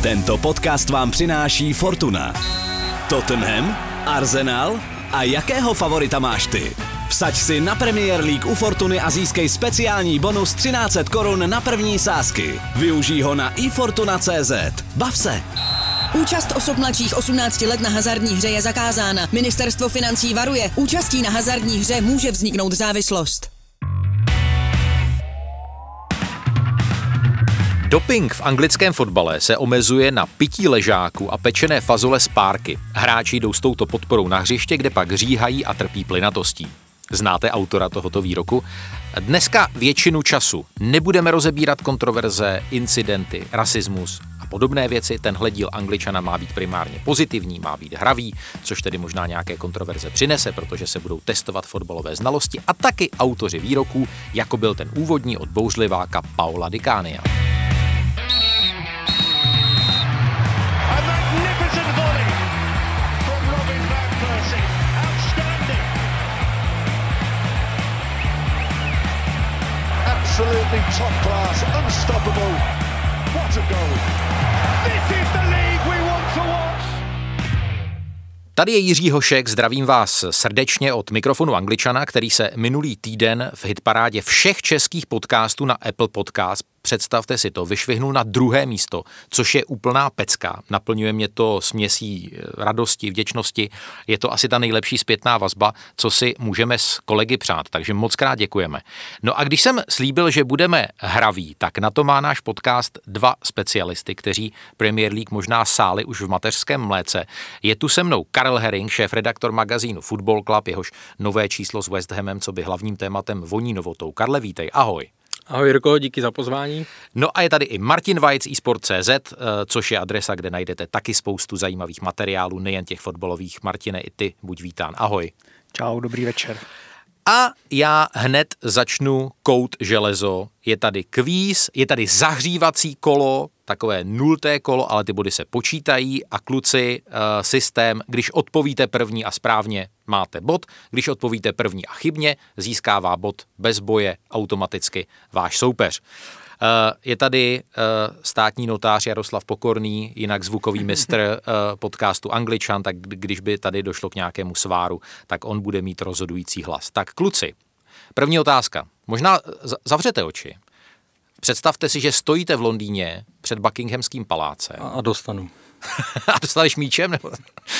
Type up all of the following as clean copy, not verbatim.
Tento podcast vám přináší Fortuna. Tottenham, Arsenal a jakého favorita máš ty? Vsaď si na Premier League u Fortuny a získej speciální bonus 1300 korun na první sázky. Využij ho na ifortuna.cz. Bav se! Účast osob mladších 18 let na hazardní hře je zakázána. Ministerstvo financí varuje. Účastí na hazardní hře může vzniknout závislost. Doping v anglickém fotbale se omezuje na pití ležáku a pečené fazole z párky. Hráči jdou s touto podporou na hřiště, kde pak říhají a trpí plynatostí. Znáte autora tohoto výroku? Dneska většinu času nebudeme rozebírat kontroverze, incidenty, rasismus a podobné věci. Tenhle díl Angličana má být primárně pozitivní, má být hravý, což tedy možná nějaké kontroverze přinese, protože se budou testovat fotbalové znalosti a taky autoři výroků, jako byl ten úvodní od bouřliváka Paula Di Canio. Absolutely top class, unstoppable. What a goal. This is the league we want to watch. Tady je Jiří Hošek, zdravím vás srdečně od mikrofonu Angličana, který se minulý týden v hitparádě všech českých podcastů na Apple Podcast, představte si to, vyšvihnul na 2. místo, což je úplná pecka. Naplňuje mě to směsí radosti, vděčnosti. Je to asi ta nejlepší zpětná vazba, co si můžeme s kolegy přát, takže moc krát děkujeme. No a když jsem slíbil, že budeme hraví, tak na to má náš podcast 2 specialisty, kteří Premier League možná sáli už v mateřském mléce. Je tu se mnou Karel Herring, šéfredaktor magazínu Football Club, jehož nové číslo s West Hamem, co by hlavním tématem voní novotou. Karle, vítej, ahoj. Ahoj Jirko, díky za pozvání. No a je tady i Martin Vajc, eSport.cz, což je adresa, kde najdete taky spoustu zajímavých materiálů, nejen těch fotbalových. Martine, i ty buď vítán, ahoj. Čau, dobrý večer. A já hned začnu kout železo. Je tady kvíz, je tady zahřívací kolo, takové 0. kolo, ale ty body se počítají a kluci, systém, když odpovíte první a správně, máte bod, když odpovíte první a chybně, získává bod bez boje automaticky váš soupeř. Je tady státní notář Jaroslav Pokorný, jinak zvukový mistr podcastu Angličan, tak když by tady došlo k nějakému sváru, tak on bude mít rozhodující hlas. Tak kluci, první otázka. Možná zavřete oči. Představte si, že stojíte v Londýně před Buckinghamským palácem. A dostanu. A dostaneš míčem? Nebo?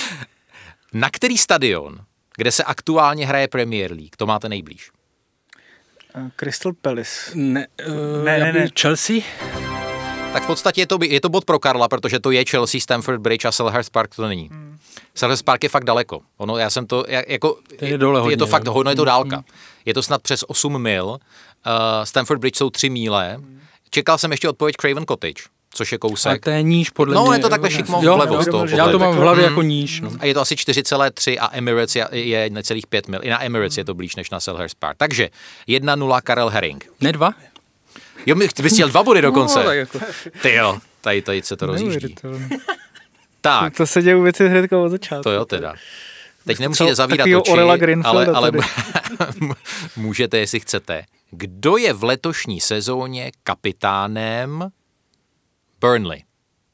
Na který stadion, kde se aktuálně hraje Premier League, to máte nejblíž? Crystal Palace. Ne. Chelsea? Tak v podstatě je to bod pro Karla, protože to je Chelsea, Stamford Bridge a Selhurst Park to není. Selhurst Park je fakt daleko. Ono, já jsem to, jako, je dole hodně, je to fakt, je to dálka. Je to snad přes 8 mil. Stanford Bridge jsou 3 míle. Čekal jsem ještě odpověď Craven Cottage, což je kousek. A to je níž podle mě. No, je to takhle šikmo vlevo z toho. Já to mám v hlavě jako níž. No. A je to asi 4,3 a Emirates je necelých 5 mil. I na Emirates je to blíž než na Selhurst Park. Takže 1-0 Karel Herring. Ne 2? Jo, ty bys chtěl 2 body dokonce. No, tak jako. Ty jo, tady se to rozjíždí. Tak. To se dějí věci hnedka od začátku. To jo teda. Teď nemusíte zavírat oči, ale můžete, jestli chcete. Kdo je v letošní sezóně kapitánem Burnley?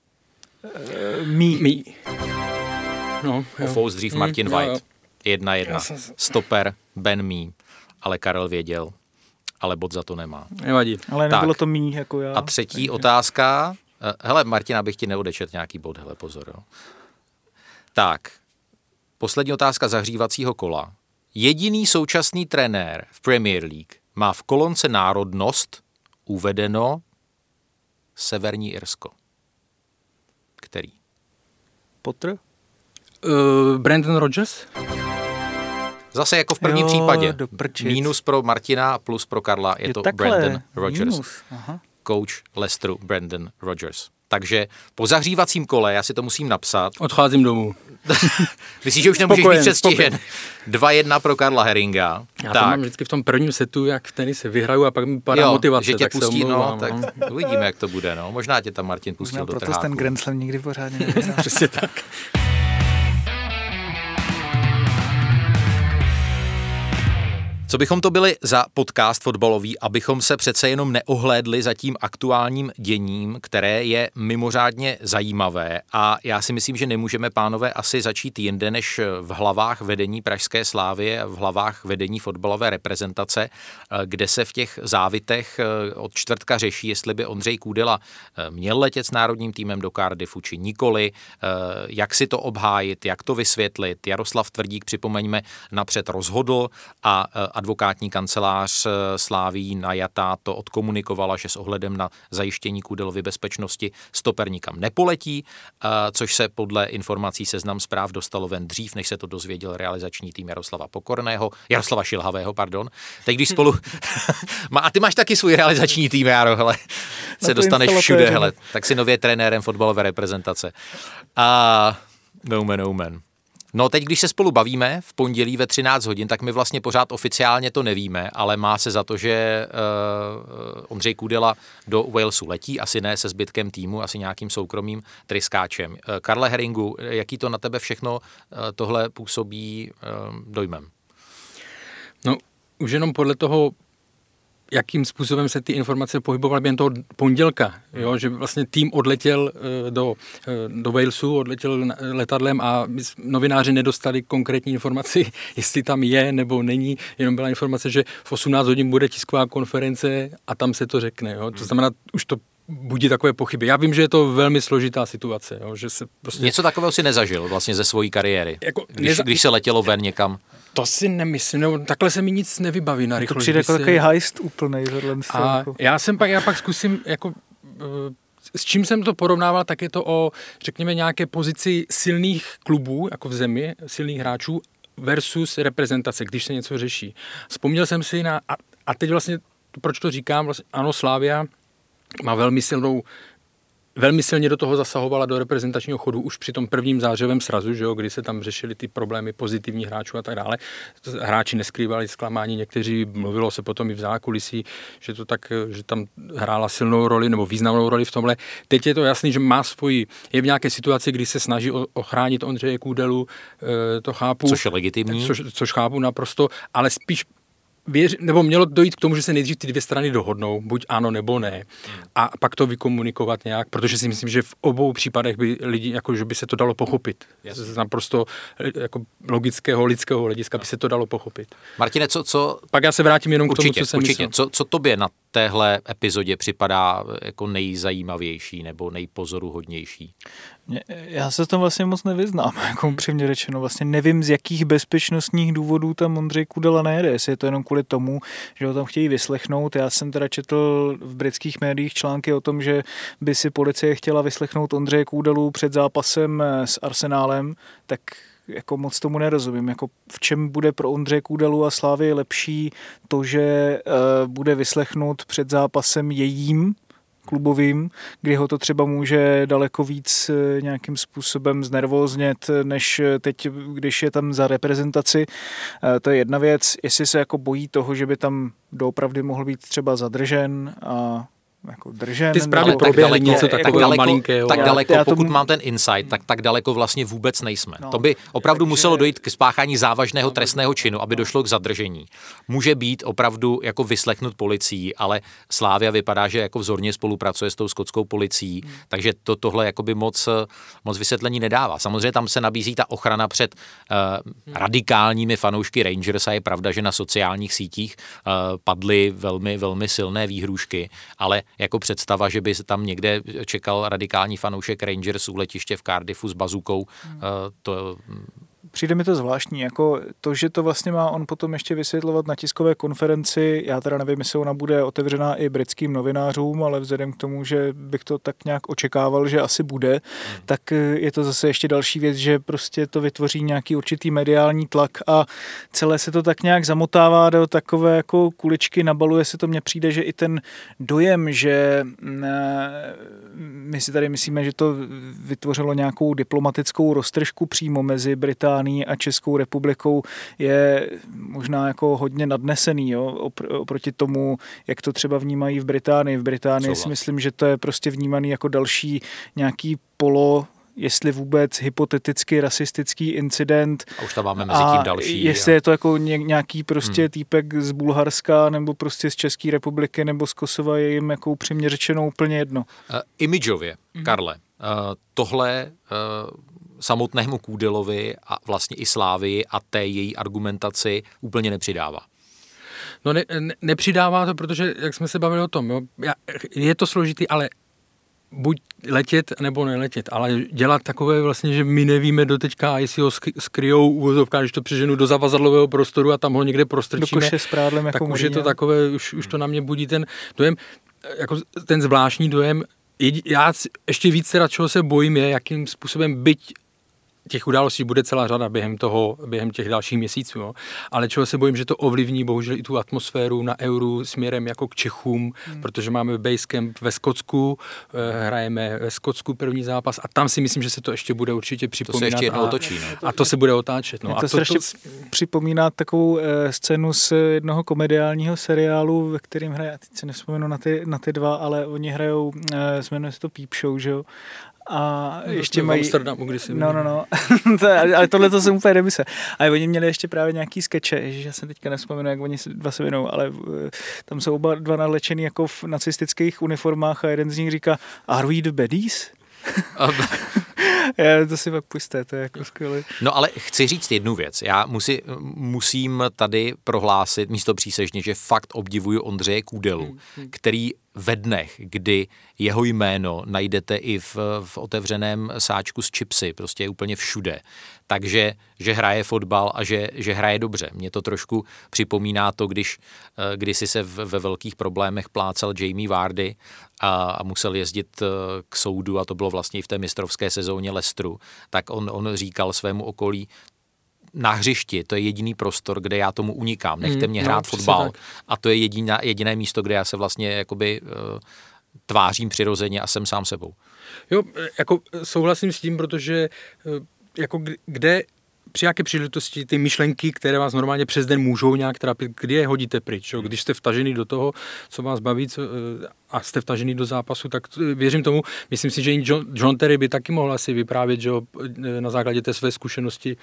Mí. No, Ofous dřív Martin White. 1-1. Stoper Ben Mee. Ale Karel věděl. Ale bod za to nemá. Nevadí. Ale nebylo to Mí jako já. A třetí otázka. Hele, Martina, bych ti neodečet nějaký bod. Hele, pozor. Jo. Tak. Poslední otázka zahřívacího kola. Jediný současný trenér v Premier League má v kolonce národnost uvedeno Severní Irsko. Který? Potter? Brendan Rodgers? Zase jako v prvním případě. Doprčit. Minus pro Martina, plus pro Karla je to takhle. Brendan Rodgers. Aha. Coach Leicesteru Brendan Rodgers. Takže po zahřívacím kole, já si to musím napsat. Odcházím domů. Myslíš, že už nemůžeš být předstižen? 2-1 pro Karla Herringa. Já to mám vždycky v tom prvním setu, jak v tenise vyhraju a pak mi padá motivace. Že tě tak pustí, tak uvidíme, jak to bude. No. Možná tě tam Martin pustil do trháku. Proto ten Grand Slam nikdy pořádně nevyhrál. Přesně tak. Co bychom to byli za podcast fotbalový, abychom se přece jenom neohlédli za tím aktuálním děním, které je mimořádně zajímavé, a já si myslím, že nemůžeme, pánové, asi začít jinde než v hlavách vedení pražské Slávie, v hlavách vedení fotbalové reprezentace, kde se v těch závitech od čtvrtka řeší, jestli by Ondřej Kůdela měl letět s národním týmem do Cardiffu či nikoli, jak si to obhájit, jak to vysvětlit. Jaroslav Tvrdík, připomeňme, napřed rozhodl a advokátní kancelář Sláví najatá to odkomunikovala, že s ohledem na zajištění Kůdelovy bezpečnosti stoper nikam nepoletí, což se podle informací Seznam Zpráv dostalo ven dřív, než se to dozvěděl realizační tým Jaroslava Šilhavého, pardon. Teď když spolu... A ty máš taky svůj realizační tým, Jaro, hele. Se dostaneš všude, hele. Tak si nově trenérem fotbalové reprezentace. A no man. No teď, když se spolu bavíme v pondělí ve 13 hodin, tak my vlastně pořád oficiálně to nevíme, ale má se za to, že Ondřej Kůdela do Walesu letí, asi ne se zbytkem týmu, asi nějakým soukromým tryskáčem. Karle Heringu, jaký to na tebe všechno tohle působí dojmem? No, už jenom podle toho, jakým způsobem se ty informace pohybovaly během toho pondělka, jo? Že vlastně tým odletěl do Walesu, odletěl letadlem a novináři nedostali konkrétní informaci, jestli tam je nebo není, jenom byla informace, že v 18 hodin bude tisková konference a tam se to řekne. Jo? To znamená, už to budí takové pochyby. Já vím, že je to velmi složitá situace. Jo? Že se prostě... Něco takového si nezažil vlastně ze svojí kariéry, jako když se letělo ven někam. To si nemyslím, nebo takhle se mi nic nevybaví na rychlost. To přijde jako takový heist úplnej. A já pak zkusím, jako, s čím jsem to porovnával, tak je to o, řekněme, nějaké pozici silných klubů, jako v zemi, silných hráčů, versus reprezentace, když se něco řeší. Vzpomněl jsem si a teď vlastně, proč to říkám, vlastně, ano, Slavia má velmi silně do toho zasahovala do reprezentačního chodu už při tom prvním zářivém srazu, že jo, kdy se tam řešily ty problémy pozitivních hráčů a tak dále. Hráči neskrývali zklamání, někteří, mluvilo se potom i v zákulisí, že tam hrála silnou roli nebo významnou roli v tomhle. Teď je to jasný, že je v nějaké situaci, kdy se snaží ochránit Ondřeje Kůdelu, to chápu. Což je legitimní. Což chápu naprosto, ale spíš nebo mělo dojít k tomu, že se nejdřív ty dvě strany dohodnou, buď ano nebo ne, a pak to vykomunikovat nějak, protože si myslím, že v obou případech by lidi, jako, že by se to dalo pochopit. Z naprosto jako logického, lidského hlediska by se to dalo pochopit. Martine, co... Pak já se vrátím jenom k tomu, co jsem myslel. Co tobě na téhle epizodě připadá jako nejzajímavější nebo nejpozoruhodnější? Já se v tom vlastně moc nevyznám, jako upřímně řečeno. Vlastně nevím, z jakých bezpečnostních důvodů tam Ondřej Kůdela nejede. Jestli je to jenom kvůli tomu, že ho tam chtějí vyslechnout. Já jsem teda četl v britských médiích články o tom, že by si policie chtěla vyslechnout Ondřeje Kůdelu před zápasem s Arsenálem, tak jako moc tomu nerozumím. Jako v čem bude pro Ondřeje Kůdelu a Slávy lepší to, že bude vyslechnut před zápasem jejím klubovým, kdy ho to třeba může daleko víc nějakým způsobem znervóznět, než teď, když je tam za reprezentaci. To je jedna věc. Jestli se jako bojí toho, že by tam doopravdy mohl být třeba zadržen a jako držen. Ty zprávy proběhly něco takového malinkého. Tak daleko, pokud mám ten insight, tak daleko vlastně vůbec nejsme. To by opravdu muselo dojít k spáchání závažného trestného činu, aby došlo k zadržení. Může být opravdu jako vyslechnut policií, ale Slavia vypadá, že jako vzorně spolupracuje s tou skotskou policií, takže tohle jakoby moc vysvětlení nedává. Samozřejmě tam se nabízí ta ochrana před radikálními fanoušky Rangers a je pravda, že na sociálních sítích padly velmi, velmi silné výhrůžky, ale jako představa, že by se tam někde čekal radikální fanoušek Rangers u letiště v Cardiffu s bazukou, to... Přijde mi to zvláštní, jako to, že to vlastně má on potom ještě vysvětlovat na tiskové konferenci, já teda nevím, jestli ona bude otevřená i britským novinářům, ale vzhledem k tomu, že bych to tak nějak očekával, že asi bude, tak je to zase ještě další věc, že prostě to vytvoří nějaký určitý mediální tlak a celé se to tak nějak zamotává do takové jako kuličky, nabaluje se to, mně přijde, že i ten dojem, že my si tady myslíme, že to vytvořilo nějakou diplomatickou roztržku přímo mezi Británií a Českou republikou, je možná jako hodně nadnesený, jo, oproti tomu, jak to třeba vnímají v Británii. V Británii si myslím, že to je prostě vnímaný jako další nějaký jestli vůbec hypoteticky rasistický incident. A už tam máme mezi tím další. Jestli je to jako nějaký prostě týpek z Bulharska nebo prostě z České republiky nebo z Kosova, je jim jako upřímně řečeno úplně jedno. Imidžově, Karle, tohle samotnému Kůdelovi a vlastně i Slávii a té její argumentaci úplně nepřidává. No nepřidává to, protože, jak jsme se bavili o tom, jo, je to složitý, ale buď letět, nebo neletět, ale dělat takové vlastně, že my nevíme doteďka, jestli ho skryjou uvozovka, když to přeženu do zavazadlového prostoru a tam ho někde prostrčíme, do koše s prádlem, jako tak už je to takové, už to na mě budí ten dojem, jako ten zvláštní dojem. Já ještě víc teda, čeho se bojím, je, jakým způsobem byť těch událostí bude celá řada během těch dalších měsíců, jo. Ale čeho se bojím, že to ovlivní bohužel i tu atmosféru na Euru směrem jako k Čechům, protože máme basecamp ve Skotsku, hrajeme ve Skotsku první zápas a tam si myslím, že se to ještě bude určitě připomínat. To se ještě jednou otočí. No. A to se bude otáčet. No. To strašně připomíná takovou scénu z jednoho komediálního seriálu, ve kterým hraje, já teď se nevzpomenu na ty dva, ale oni hrajou, jmenuje se to Peep Show, že jo? A no, ještě mají... Amsterdamu, kdy si No. Ale tohle to jsem úplně nemyslel. Ale oni měli ještě právě nějaký skeče, ježiš, já jsem teďka nevzpomenu, jak oni dva se věnou, ale tam jsou oba dva nalečený jako v nacistických uniformách a jeden z nich říká, are we the baddies? To si pak pusťte, to je jako skvělé. No ale chci říct jednu věc. Já musím tady prohlásit místopřísežně, že fakt obdivuju Ondřeje Kůdelu, který ve dnech, kdy jeho jméno najdete i v otevřeném sáčku s chipsy, prostě je úplně všude. Takže, že hraje fotbal a že hraje dobře. Mně to trošku připomíná to, když si se ve velkých problémech plácal Jamie Vardy a musel jezdit k soudu, a to bylo vlastně i v té mistrovské sezóně Leicesteru, tak on říkal svému okolí, na hřišti, to je jediný prostor, kde já tomu unikám. Nechte mě hrát fotbal. A to je jediné místo, kde já se vlastně jakoby tvářím přirozeně a jsem sám sebou. Jo, jako souhlasím s tím, protože jako kde při jaké příležitosti ty myšlenky, které vás normálně přes den můžou nějak trápit, kdy je hodíte pryč. Jo? Když jste vtažený do toho, co vás baví a jste vtažený do zápasu, tak věřím tomu, myslím si, že i John Terry by taky mohl asi vyprávět, že na základě té své zkušenosti,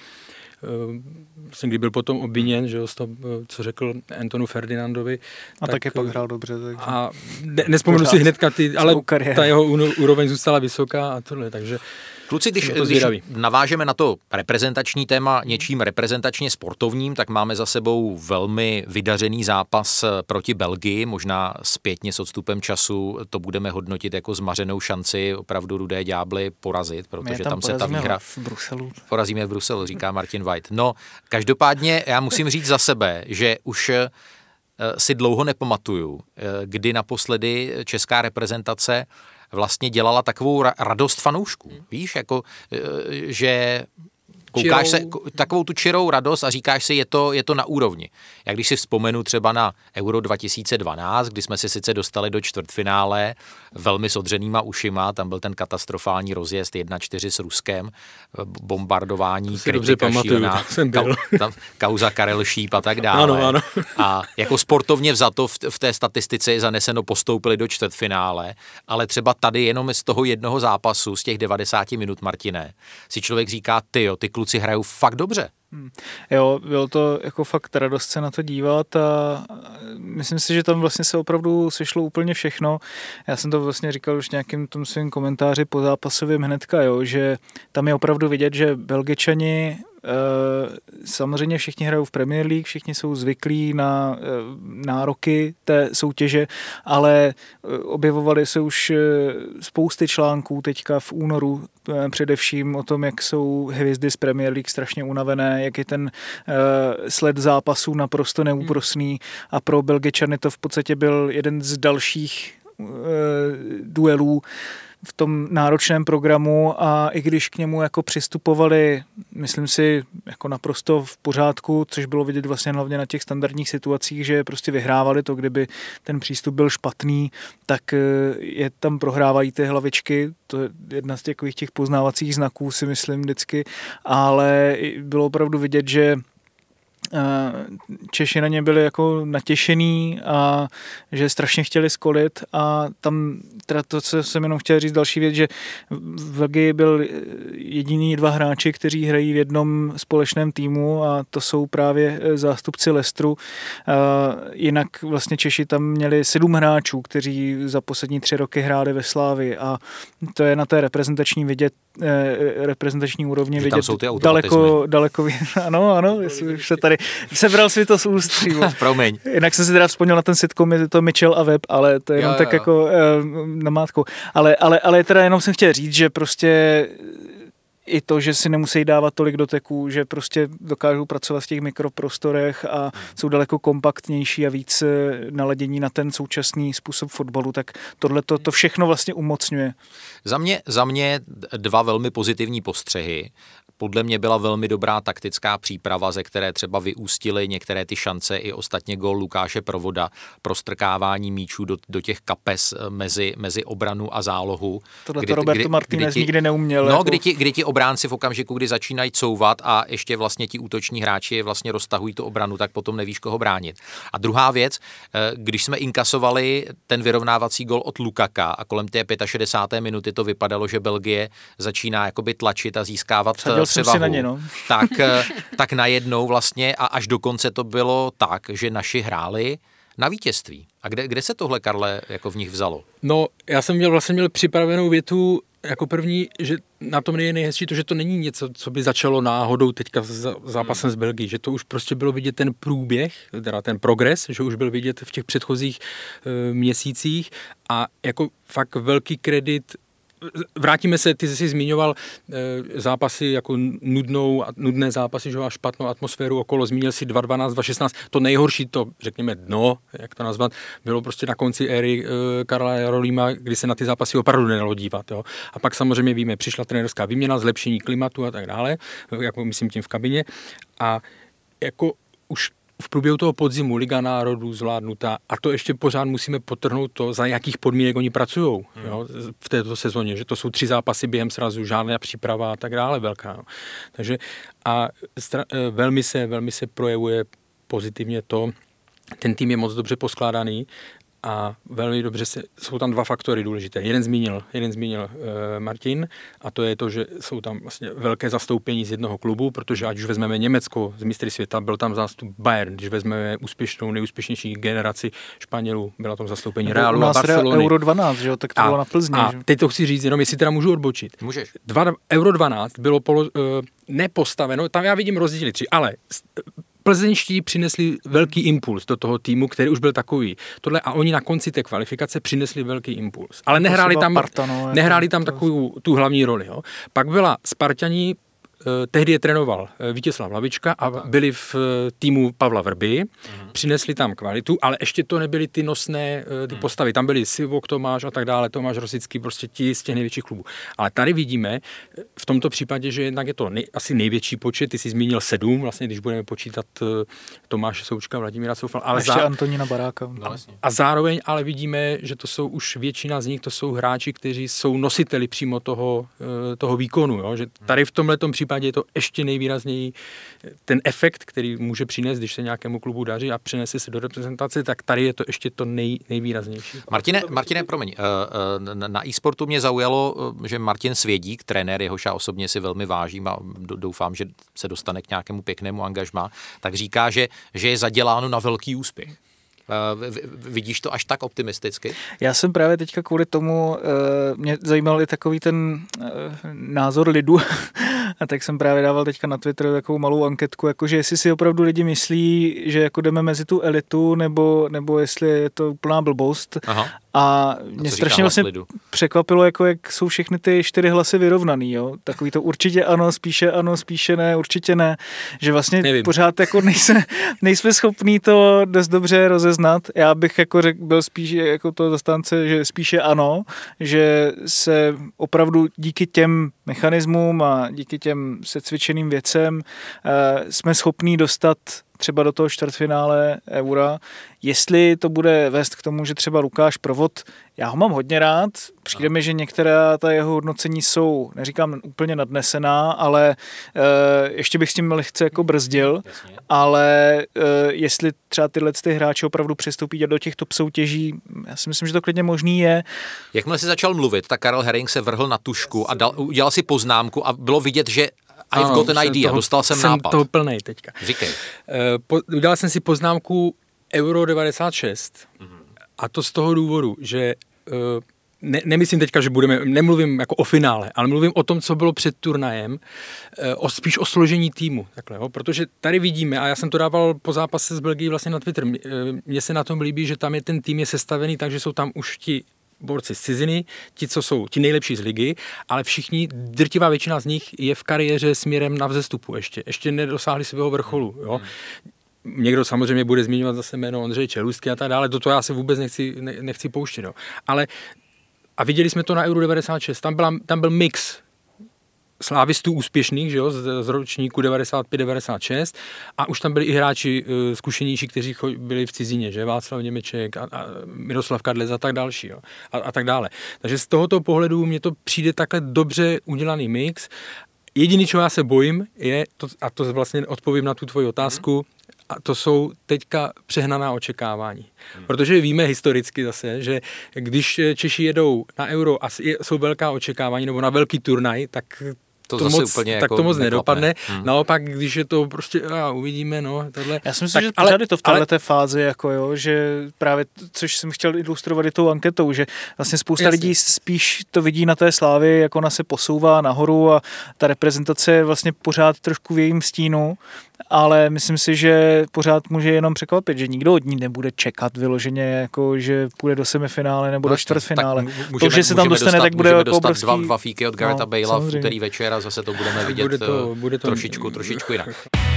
kdy byl potom obviněn, že z toho, co řekl Antonu Ferdinandovi. A taky pak hrál dobře. Takže... A nespomenu si hnedka ale ta jeho úroveň zůstala vysoká a tohle, takže kluci, když navážeme na to reprezentační téma něčím reprezentačně sportovním, tak máme za sebou velmi vydařený zápas proti Belgii, možná zpětně s odstupem času to budeme hodnotit jako zmařenou šanci opravdu Rudé ďábly porazit, protože tam se ta výhra... Porazíme v Bruselu, říká Martin White. No, každopádně já musím říct za sebe, že už si dlouho nepamatuju, kdy naposledy česká reprezentace vlastně dělala takovou radost fanoušků. Víš, jako, že koukáš se takovou tu čirou radost a říkáš si, je to na úrovni. Jak když si vzpomenu třeba na Euro 2012, kdy jsme si sice dostali do čtvrtfinále velmi s odřenýma ušima, tam byl ten katastrofální rozjezd 1-4 s Ruskem, bombardování, kritika šílená, kauza Karel Šíp a tak dále. Ano. A jako sportovně vzato v té statistice je zaneseno postoupili do čtvrtfinále, ale třeba tady jenom z toho jednoho zápasu, z těch 90 minut, Martine, si člověk říká, ty kluci hrajou fakt dobře. Jo, bylo to jako fakt radost se na to dívat a myslím si, že tam vlastně se opravdu sešlo úplně všechno. Já jsem to vlastně říkal už nějakým tom svým komentáři po zápasovým hnedka, jo, že tam je opravdu vidět, že Belgičani samozřejmě všichni hrajou v Premier League, všichni jsou zvyklí na nároky té soutěže, ale objevovaly se už spousty článků teďka v únoru, především o tom, jak jsou hvězdy z Premier League strašně unavené, jak je ten sled zápasů naprosto neúprosný a pro Belgičany to v podstatě byl jeden z dalších duelů v tom náročném programu a i když k němu jako přistupovali, myslím si, jako naprosto v pořádku, což bylo vidět vlastně hlavně na těch standardních situacích, že prostě vyhrávali to, kdyby ten přístup byl špatný, tak je tam prohrávají ty hlavičky, to je jedna z těch poznávacích znaků, si myslím vždycky, ale bylo opravdu vidět, že Češi na ně byli jako natěšený a že strašně chtěli skolit a tam teda to, co jsem jenom chtěl říct další věc, že v Belgii byl jediný 2 hráči, kteří hrají v jednom společném týmu a to jsou právě zástupci Leicesteru. Jinak vlastně Češi tam měli 7 hráčů, kteří za poslední 3 roky hráli ve Slávii a to je na té reprezentační úrovni vidět daleko ano, už se tady sebral si to z úst přímo. Promiň. Jinak jsem si teda vzpomněl na ten sitcom, je to Mitchell a Webb, ale to je jenom tak jako namátkou. Ale teda jenom jsem chtěl říct, že prostě i to, že si nemusí dávat tolik doteků, že prostě dokážou pracovat v těch mikroprostorech a jsou daleko kompaktnější a víc naladění na ten současný způsob fotbalu, tak tohle to všechno vlastně umocňuje. Za mě 2 velmi pozitivní postřehy. Podle mě byla velmi dobrá taktická příprava, ze které třeba vyústily některé ty šance i ostatně gól Lukáše Provoda pro strkávání míčů do těch kapes mezi obranu a zálohu. Tohle to Roberto Martínez nikdy neuměl. No, jako kdy ti obránci v okamžiku, kdy začínají couvat a ještě vlastně ti útoční hráči vlastně roztahují tu obranu, tak potom nevíš, koho bránit. A druhá věc, když jsme inkasovali ten vyrovnávací gól od Lukaka a kolem té 65. minuty to vypadalo, že Belgie začíná jakoby tlačit a získávat převahu, na ně, no. tak najednou vlastně a až do konce to bylo tak, že naši hráli na vítězství. A kde se tohle, Karle, jako v nich vzalo? No, já jsem měl připravenou větu jako první, že na tom je nejhezčí to, že to není něco, co by začalo náhodou teďka zápasem s Belgií, že to už prostě bylo vidět ten průběh, teda ten progres, že už byl vidět v těch předchozích měsících a jako fakt velký kredit. Vrátíme se, ty jsi zmiňoval zápasy jako nudné zápasy, že má špatnou atmosféru okolo, zmínil si 2012, 2016, to nejhorší, to řekněme dno, jak to nazvat, bylo prostě na konci éry Karla Jarolíma, kdy se na ty zápasy opravdu nedalo dívat. Jo. A pak samozřejmě víme, přišla trenérská výměna, zlepšení klimatu a tak dále, jako myslím tím v kabině a jako už v průběhu toho podzimu Liga národů zvládnutá a to ještě pořád musíme podtrhnout to, za jakých podmínek oni pracují v této sezóně, že to jsou 3 zápasy během srazu, žádná příprava a tak dále velká. No. Takže a velmi se projevuje pozitivně to, ten tým je moc dobře poskládaný a velmi dobře jsou tam 2 faktory důležité. Jeden zmínil Martin a to je to, že jsou tam vlastně velké zastoupení z jednoho klubu, protože ať už vezmeme Německo z mistry světa, byl tam zástup Bayern, když vezmeme nejúspěšnější generaci Španělů, byla tam zastoupení Realu a Barcelony. Euro 12, že jo, tak to bylo na Plzni. A teď to chci říct, jenom jestli teda můžu odbočit. Můžeš. Euro 12 bylo nepostaveno, tam já vidím rozdíly 3, ale plzeňští přinesli velký impuls do toho týmu, který už byl takový. Tohle a oni na konci té kvalifikace přinesli velký impuls. Ale nehráli tam takovou tu hlavní roli. Jo. Pak byla Spartaní, tehdy je trénoval Vítězslav Lavička a byli v týmu Pavla Vrby, přinesli tam kvalitu, ale ještě to nebyly ty nosné ty postavy. Tam byli Sivok, Tomáš a tak dále, Tomáš Rosický, prostě ti z těch největších klubů. Ale tady vidíme v tomto případě, že jednak je to asi největší počet, ty jsi zmínil 7, vlastně, když budeme počítat Tomáše Součka, Vladimíra Soufal. Ale ještě Antonína Baráka. A zároveň ale vidíme, že to jsou už většina z nich, to jsou hráči, kteří jsou nositeli přímo toho výkonu. Jo? Že tady v tomhletom případě je to ještě nejvýrazněji ten efekt, který může přinést, když se nějakému klubu daří a přinese se do reprezentace, tak tady je to ještě to nejvýraznější. Martine, promiň, na e-sportu mě zaujalo, že Martin Svědík, trenér, jehož já osobně si velmi vážím a doufám, že se dostane k nějakému pěknému angažmá, tak říká, že je zaděláno na velký úspěch. Vidíš to až tak optimisticky? Já jsem právě teďka kvůli tomu, mě zajímal i takový ten názor lidu, a tak jsem právě dával teďka na Twitter takovou malou anketku, jakože jestli si opravdu lidi myslí, že jako jdeme mezi tu elitu, nebo jestli je to úplná blbost. Aha. A mě strašně vlastně překvapilo, jako jak jsou všechny ty 4 hlasy vyrovnaný, jo. Takový to určitě ano, spíše ne, určitě ne. Že vlastně pořád jako nejsme schopní to dost dobře rozeznat. Já bych jako byl spíš jako to zastánce, že spíše ano, že se opravdu díky těm mechanismům a díky těm secvičeným věcem jsme schopní dostat třeba do toho čtvrtfinále Eura. Jestli to bude vést k tomu, že třeba Lukáš Provod, já ho mám hodně rád, přijde mi, že některá ta jeho hodnocení jsou, neříkám úplně nadnesená, ale ještě bych s tím lehce jako brzdil, ale jestli třeba tyhle hráči opravdu přistoupí do těch top soutěží, já si myslím, že to klidně možný je. Jakmile si začal mluvit, tak Karel Herring se vrhl na tušku a udělal si poznámku a bylo vidět, že I've got an idea, dostal jsem nápad. Jsem toho plnej teďka. Říkej. Udělal jsem si poznámku Euro 96 a to z toho důvodu, že nemyslím teďka, že nemluvím jako o finále, ale mluvím o tom, co bylo před turnajem, spíš o složení týmu, takhle, jo? Protože tady vidíme, a já jsem to dával po zápase s Belgií vlastně na Twitter, mně se na tom líbí, že tam je ten tým je sestavený, takže jsou tam už ti borci z ciziny, ti, co jsou ti nejlepší z ligy, ale všichni, drtivá většina z nich je v kariéře směrem na vzestupu ještě nedosáhli svého vrcholu, jo. Někdo samozřejmě bude zmiňovat zase jméno Ondřeje Čelůstky a tak dále, do toho já se vůbec nechci pouštět, jo. Ale a viděli jsme to na Euro 96, tam byl mix slávistů úspěšných, že jo, z ročníku 95-96 a už tam byli i hráči zkušenější, kteří byli v cizině, že Václav Němeček a Miroslav Kadlec a tak další, jo, a tak dále. Takže z tohoto pohledu mně to přijde takhle dobře udělaný mix. Jediný, čeho já se bojím, je, a to vlastně odpovím na tu tvoji otázku, a to jsou teďka přehnaná očekávání. Protože víme historicky zase, že když Češi jedou na Euro a jsou velká očekávání, nebo na velký turnaj, tak to moc nedopadne. Naopak, když je to prostě, uvidíme, no, tohle. Já si myslím, že pořád je to v této fázi, jako jo, že právě, což jsem chtěl ilustrovat i tou anketou, že vlastně spousta lidí spíš to vidí na té Slávii, jak ona se posouvá nahoru a ta reprezentace je vlastně pořád trošku v jejím stínu, ale myslím si, že pořád může jenom překvapit, že nikdo od ní nebude čekat vyloženě, jako že půjde do semifinále nebo do čtvrtfinále. To, že se tam dostane, tak bude jako obrovský. Dva fíky od Gareta Bale'a v úterý večer a zase to budeme vidět bude to trošičku jinak.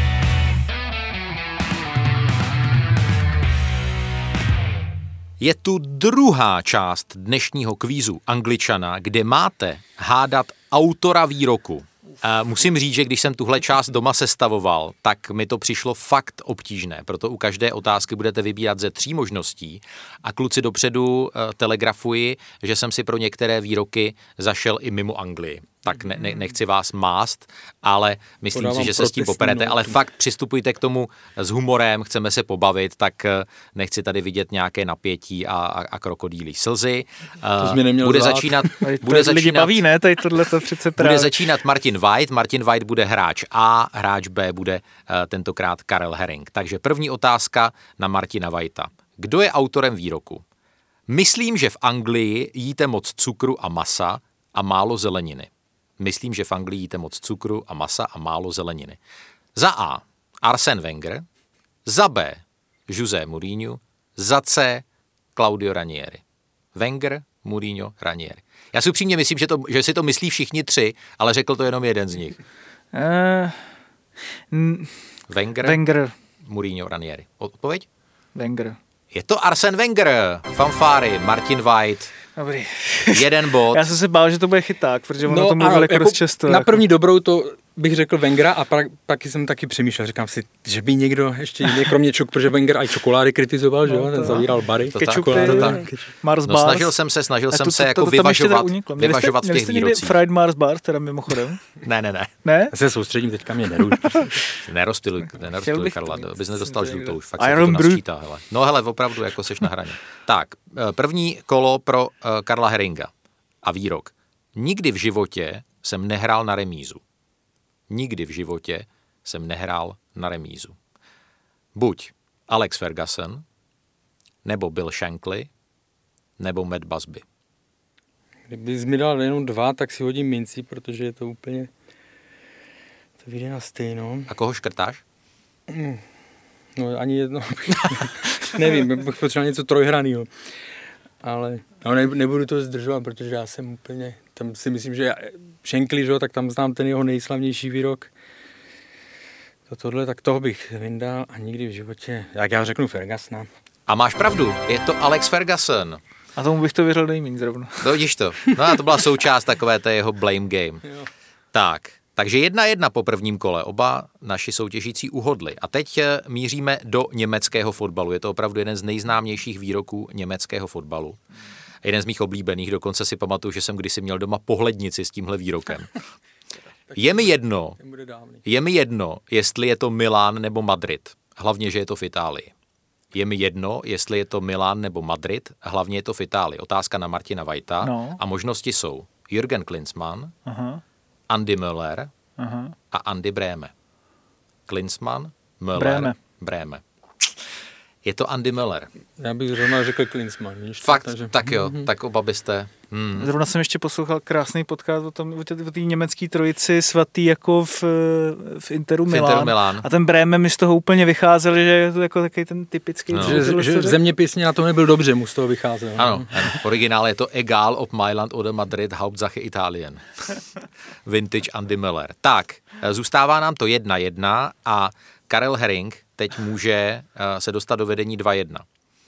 Je tu druhá část dnešního kvízu Angličana, kde máte hádat autora výroku. Musím říct, že když jsem tuhle část doma sestavoval, tak mi to přišlo fakt obtížné, proto u každé otázky budete vybírat ze 3 možností a kluci dopředu telegrafuji, že jsem si pro některé výroky zašel i mimo Anglii. Tak nechci vás mást, ale myslím si, že se s tím poperete, ale fakt přistupujte k tomu s humorem, chceme se pobavit, tak nechci tady vidět nějaké napětí a krokodýlí slzy. Bude začínat Martin White bude hráč A, hráč B bude tentokrát Karel Herring. Takže první otázka na Martina Whitea. Kdo je autorem výroku? Myslím, že v Anglii jíte moc cukru a masa a málo zeleniny. Myslím, že v Anglii jíte moc cukru a masa a málo zeleniny. Za A. Arsène Wenger, za B. José Mourinho, za C. Claudio Ranieri. Wenger, Mourinho, Ranieri. Já si upřímně myslím, že si to myslí všichni 3, ale řekl to jenom jeden z nich. Wenger, Mourinho, Ranieri. Odpověď? Wenger. Je to Arsène Wenger. Fanfáry, Martin White. Dobrý. 1 bod. Já jsem se bál, že to bude chyták, protože ono to mluvil jako dost často. Na první dobrou to bych řekl Wengera a pak jsem taky přemýšlel, říkám si, že by někdo ještě jiný, kromě protože Wenger i čokolády kritizoval, že jo, ten zavíral bary. Mars bars. Snažil jsem se jako vyvažovat v těch výrocích. Fried Mars bars, teda mimochodem. Ne? Já se soustředím, teďka mě neruš. Nerozptiluj, Karla, bys nedostal žlutou, už fakt se to nasčítá, hele. No hele, opravdu, jako seš na hraně. Tak, první kolo pro Karla Herringa a výrok. Nikdy v životě jsem nehrál na remízu. Nikdy v životě jsem nehrál na remízu. Buď Alex Ferguson, nebo Bill Shankly, nebo Matt Busby. Kdybys mi dal jenom 2, tak si hodím minci, protože je to úplně... To vyjde na stejno. A koho škrtáš? No ani jedno. Nevím, bych potřeboval něco trojhranýho. Ale nebudu to zdržovat, protože já jsem úplně... Tam si myslím, že Shankly, že, tak tam znám ten jeho nejslavnější výrok. Tohle, tak toho bych vyndal a nikdy v životě... Jak já řeknu Fergusona. A máš pravdu, je to Alex Ferguson. A tomu bych to vyřel nejméně zrovna. Vidíš to. No a to byla součást takové té jeho blame game. Jo. Tak, Takže 1-1 po prvním kole. Oba naši soutěžící uhodli. A teď míříme do německého fotbalu. Je to opravdu jeden z nejznámějších výroků německého fotbalu. Jeden z mých oblíbených. Dokonce si pamatuju, že jsem kdysi měl doma pohlednici s tímhle výrokem. Je mi jedno, jestli je to Milán nebo Madrid. Hlavně, že je to v Itálii. Je mi jedno, jestli je to Milán nebo Madrid. Hlavně je to v Itálii. Otázka na Martina Vajta. No. A možnosti jsou Jürgen Klinsmann, Andy Möller a Andy Brehme. Klinsmann, Möller, Brehme. Je to Andy Möller. Já bych zrovna řekl Klinsmann. Fakt, takže... tak jo, tak oba byste... Zrovna jsem ještě poslouchal krásný podcast o té německé trojici svatý jako v Interu Milán. A ten Brehme mi z toho úplně vycházel, že je to jako takový ten typický... No. Že zeměpisně na to nebyl dobře, mu z toho vycházel. Ano, v originále je to egal ob Mailand oder Madrid, Hauptsache Italien. Vintage Andy Möller. Tak, zůstává nám to 1-1 a Karel Herring teď může se dostat do vedení 2-1.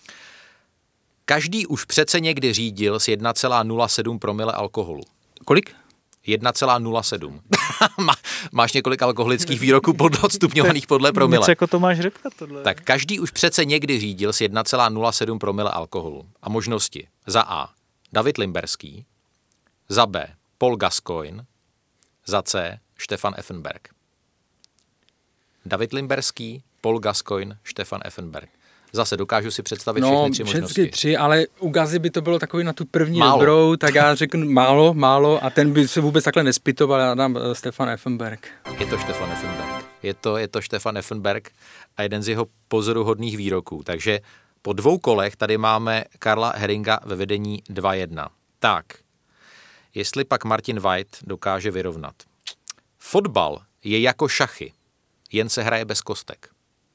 Každý už přece někdy řídil s 1,07 promile alkoholu. Kolik? 1,07. Máš několik alkoholických výroků odstupňovaných podle promile. Něco jako Tomáš Řepka tohle. Tak každý už přece někdy řídil s 1,07 promile alkoholu. A možnosti za A. David Limberský, za B. Paul Gascoigne, za C. Stefan Effenberg. David Limberský, Paul Gascoigne, Stefan Effenberg. Zase dokážu si představit všechny tři možnosti. Všechny tři, ale u Gazy by to bylo takový na tu první dobrou, tak já řeknu málo a ten by se vůbec takhle nespitoval, já dám Stefan Effenberg. Je to Stefan Effenberg. Je to Stefan Effenberg a jeden z jeho pozoruhodných výroků. Takže po 2 kolech tady máme Karla Herringa ve vedení 2-1. Tak, jestli pak Martin Vajt dokáže vyrovnat. Fotbal je jako šachy, jen se hraje bez kostek.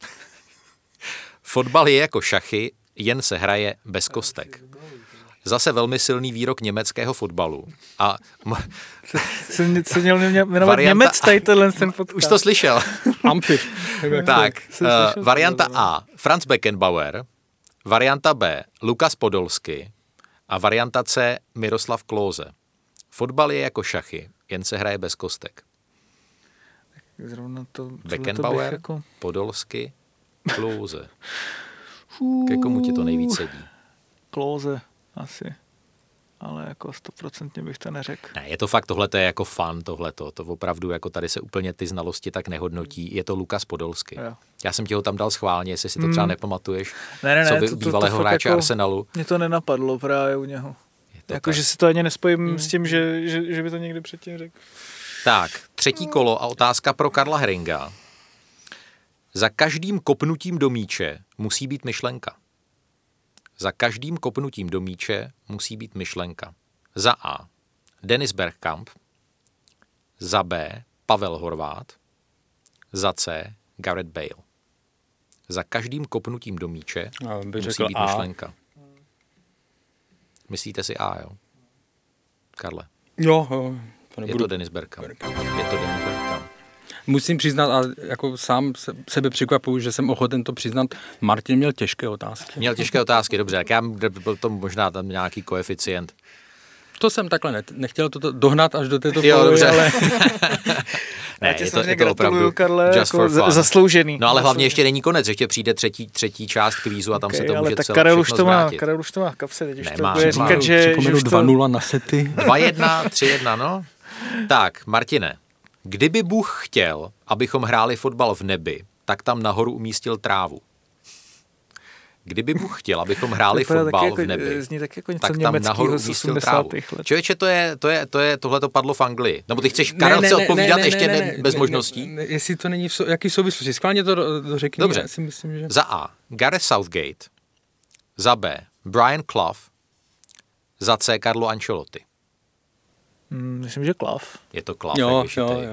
Fotbal je jako šachy, jen se hraje bez kostek. Zase velmi silný výrok německého fotbalu. A se měl jmenovat Němec tady ten podcast. Už to slyšel. Amphif. Tak, varianta A. Franz Beckenbauer, varianta B. Lukas Podolsky a varianta C. Miroslav Klose. Fotbal je jako šachy, jen se hraje bez kostek. Zrovna to, Beckenbauer, jako... Podolsky, Klose. Ke komu ti to nejvíc sedí? Klose asi. Ale jako 100% bych to neřekl. Ne, je to fakt, tohle je jako fan, tohleto. To opravdu, jako tady se úplně ty znalosti tak nehodnotí. Je to Lukas Podolsky. Jo. Já jsem ti ho tam dal schválně, jestli si to třeba nepamatuješ. Ne, co by bývalého hráče jako Arsenalu. Mě to nenapadlo právě u něho. Jako, že si to ani nespojím s tím, že by to někdy předtím řekl. Tak, 3. kolo a otázka pro Karla Herringa. Za každým kopnutím do míče musí být myšlenka. Za každým kopnutím do míče musí být myšlenka. Za A. Dennis Bergkamp. Za B. Pavel Horváth. Za C. Gareth Bale. Za každým kopnutím do míče musí být myšlenka. Myslíte si A, jo? Karle. Jo. Je to Dennis Bergkamp. Musím přiznat, a jako sám sebe překvapuju, že jsem ochoten to přiznat, Martin měl těžké otázky. Měl těžké otázky, dobře, tak já byl to možná tam nějaký koeficient. To jsem takhle nechtěl to dohnat až do této poloviny, ale... Ne, je to opravdu Karle, just jako for fun. Zasloužený. No ale hlavně ještě není konec, ještě přijde třetí část kvízu a tam se to může tak celé všechno zvrátit. Karel už to má v kapse, teď už Nemá, to bude říkat, že... Připomenu 2-0 na sety. 2-1, 3-1, no. Tak, Martine, kdyby Bůh chtěl, abychom hráli fotbal v nebi, tak tam nahoru umístil trávu. Kdyby Bůh chtěl, abychom hráli fotbal v nebi, tak tam nahoru umístil trávu. Člověče, tohle to padlo v Anglii. Nebo ty chceš, Karel chce odpovídat ještě bez možností? Jestli to není jaký souvislosti, schválně to řekni. Dobře, já si myslím, že... Za A. Gareth Southgate. Za B. Brian Clough. Za C. Carlo Ancelotti. Myslím, že Clough. Je to Clough. Jo.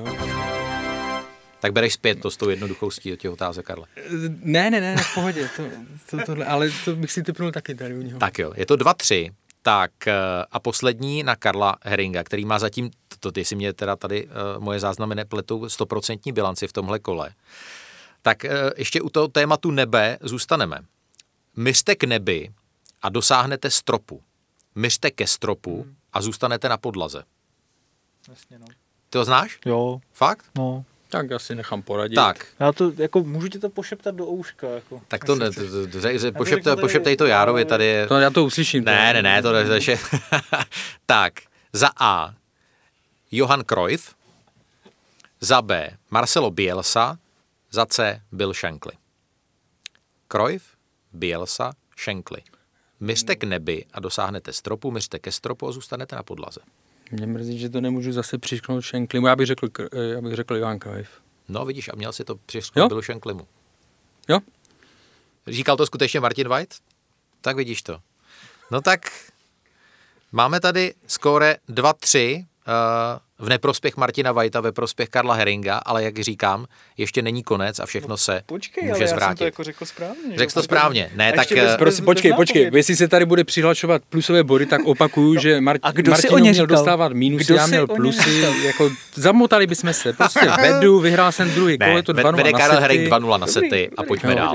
Tak bereš zpět to s tou jednoduchostí od těch otázek, Karle. Ne, v pohodě, tohle, ale to bych si typnul taky tady u něho. Tak jo, je to 2-3, tak a poslední na Karla Herringa, který má zatím, ty si mě teda tady moje záznamy nepletou, 100% bilanci v tomhle kole. Tak ještě u toho tématu nebe zůstaneme. Myřte k nebi a dosáhnete stropu. Myřte ke stropu a zůstanete na podlaze. Jasně, no. Ty ho znáš? Jo. Fakt? No. Tak já si nechám poradit. Tak. Já to, jako, můžu ti to pošeptat do ouška, jako. Tak to ne, pošeptej to Járovi, tady je... To já to uslyším. Ne, to je... Tak, za A Johan Cruyff, za B Marcelo Bielsa, za C Bill Shankly. Cruyff, Bielsa, Shankly. Myřte k nebi a dosáhnete stropu, myřte ke stropu a zůstanete na podlaze. Mě mrzí, že to nemůžu zase přišknout Shanklymu. Já bych řekl Johan Cruyff. No vidíš, a měl si to přišknout Billu Shanklymu. Jo? Říkal to skutečně Martin White? Tak vidíš to. No tak máme tady skóre 2-3 v neprospěch Martina Whitea, ve prospěch Karla Herringa, ale jak říkám, ještě není konec a všechno se může zvrátit. Já jsem to jako řekl správně. Řekl to správně. Ne, tak... Prosím, počkej. Jestli se tady bude přihlašovat plusové body, tak opakuju, že Martin měl dostávat mínusy, já měl plusy. Jako, zamotali bychom se. Prostě vedu, vyhrál jsem druhý kolo, je to 2-0 vede na Karel sety. Herring 2-0 na sety a pojďme dál.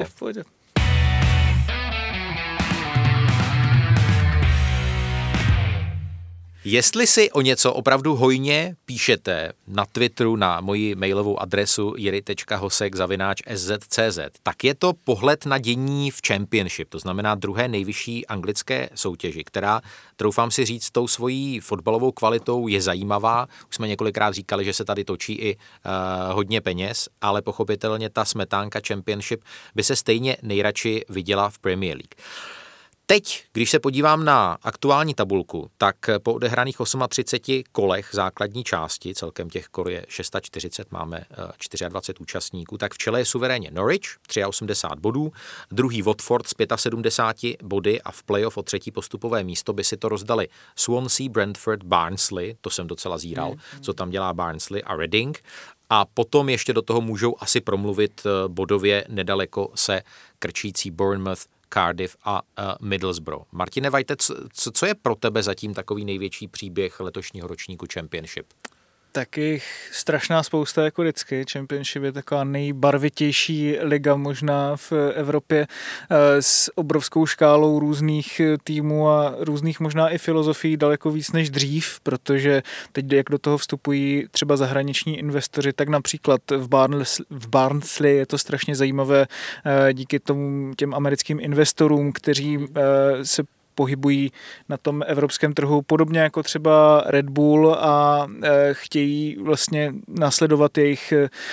Jestli si o něco opravdu hojně píšete na Twitteru na moji mailovou adresu jiry.hosek@sz.cz, tak je to pohled na dění v Championship, to znamená druhé nejvyšší anglické soutěži, která, troufám si říct, tou svojí fotbalovou kvalitou je zajímavá. Už jsme několikrát říkali, že se tady točí i hodně peněz, ale pochopitelně ta smetánka Championship by se stejně nejradši viděla v Premier League. Teď, když se podívám na aktuální tabulku, tak po odehraných 38 kolech základní části, celkem těch kol je 640, máme 24 účastníků, tak v čele je suverénně Norwich, 83 bodů, druhý Watford s 75 body a v playoff o třetí postupové místo by si to rozdali Swansea, Brentford, Barnsley, to jsem docela zíral, co tam dělá Barnsley a Reading. A potom ještě do toho můžou asi promluvit bodově nedaleko se krčící Bournemouth, Cardiff a Middlesbrough. Martine White, co je pro tebe zatím takový největší příběh letošního ročníku Championship? Tak jich strašná spousta jako vždycky. Championship je taková nejbarvitější liga možná v Evropě s obrovskou škálou různých týmů a různých možná i filozofií daleko víc než dřív, protože teď, jak do toho vstupují třeba zahraniční investoři, tak například v Barnsley je to strašně zajímavé díky těm americkým investorům, kteří se pohybují na tom evropském trhu, podobně jako třeba Red Bull a chtějí vlastně následovat jejich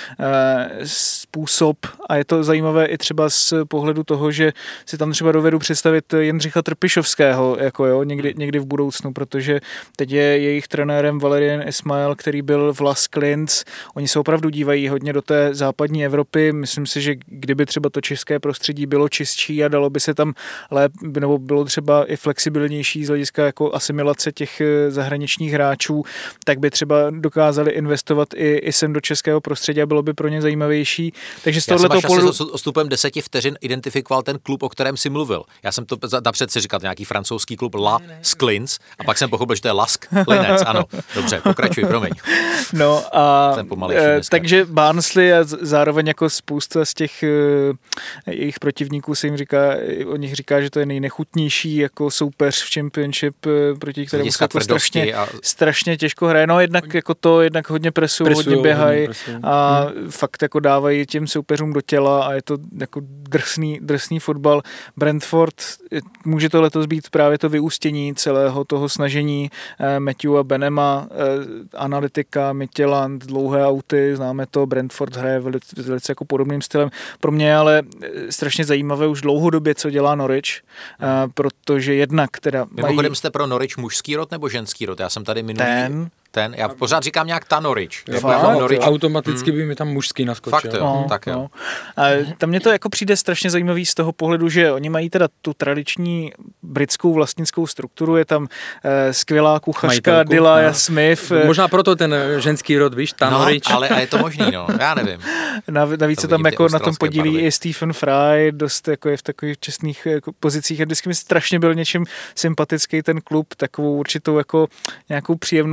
způsob a je to zajímavé i třeba z pohledu toho, že si tam třeba dovedu představit Jindřicha Trpišovského jako někdy v budoucnu, protože teď je jejich trenérem Valérien Ismail, který byl v Las Klins. Oni se opravdu dívají hodně do té západní Evropy. Myslím si, že kdyby třeba to české prostředí bylo čistší a dalo by se tam lépe, nebo bylo třeba i flexibilnější z hlediska jako asimilace těch zahraničních hráčů, tak by třeba dokázali investovat i sem do českého prostředí a bylo by pro ně zajímavější. Takže z tohoto pohledu... s odstupem 10 vteřin identifikoval ten klub, o kterém si mluvil. Já jsem to napřed si říkal, nějaký francouzský klub La Sklins a pak jsem pochopil, že to je Lask Linec. Ano, dobře, pokračuj, promiň. No a takže Barnsley a zároveň jako spousta z těch jejich protivníků se jim říká, o nich říká, že to je nejnechutnější jako soupeř v Championship, proti kterému se to strašně těžko hraje. No jednak hodně presují, hodně běhají a fakt jako dávají těm soupeřům do těla a je to jako drsný fotbal. Brentford, může to letos být právě to vyústění celého toho snažení Matthew a Benema, analytika, Midtjylland, dlouhé auty, známe to, Brentford hraje velice jako podobným stylem. Pro mě ale strašně zajímavé už dlouhodobě, co dělá Norwich, protože jednak teda Mimochodem jste pro Norwich mužský rod nebo ženský rod? Já jsem tady minulý... Ten, já pořád říkám nějak ta Norwich. Automaticky by mi tam mužský naskočil. Fakt jo, tak jo. A tam mě to jako přijde strašně zajímavý z toho pohledu, že oni mají teda tu tradiční britskou vlastnickou strukturu, je tam skvělá kuchařka Delia Smith. Možná proto ten ženský rod, víš, ta Norwich. Ale je to možný, no, já nevím. Navíc se tam jako na tom podílí i Stephen Fry, dost jako je v takových čestných jako pozicích a vždycky mi strašně byl něčím sympatický ten klub, takovou určitou jako nějakou příjemnou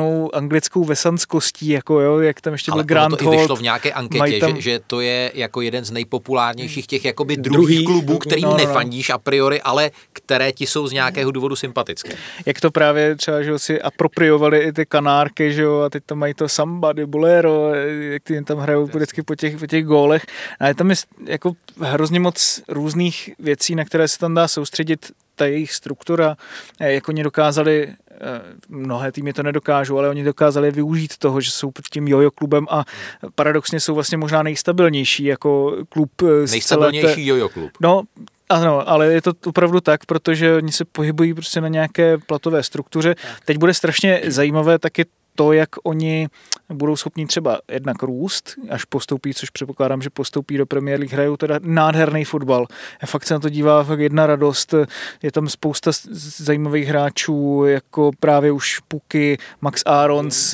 anglickou vesanskostí, jako jo, jak tam ještě byl Grant Holt. Ale to i vyšlo v nějaké anketě, tam... že to je jako jeden z nejpopulárnějších těch jakoby druhých klubů, kterým nefandíš a priori, ale které ti jsou z nějakého důvodu sympatické. Jak to právě třeba, že si apropriovali i ty Kanárky, že jo, a teď tam mají to Samba, Bolero, jak ty tam hrajou vždycky po těch gólech. A je tam jako hrozně moc různých věcí, na které se tam dá soustředit, ta jejich struktura, jak oni dokázali, mnohé týmy to nedokážou, ale oni dokázali využít toho, že jsou pod tím jojo klubem a paradoxně jsou vlastně možná nejstabilnější jako klub. Nejstabilnější jojo klub. No, ano, ale je to opravdu tak, protože oni se pohybují prostě na nějaké platové struktuře. Teď bude strašně zajímavé taky to, jak oni budou schopni třeba jednak růst, až postoupí, což předpokládám, že postoupí do Premier League, hrajou teda nádherný fotbal. Fakt se na to dívá, fakt jedna radost. Je tam spousta zajímavých hráčů, jako právě už Puky, Max Arons,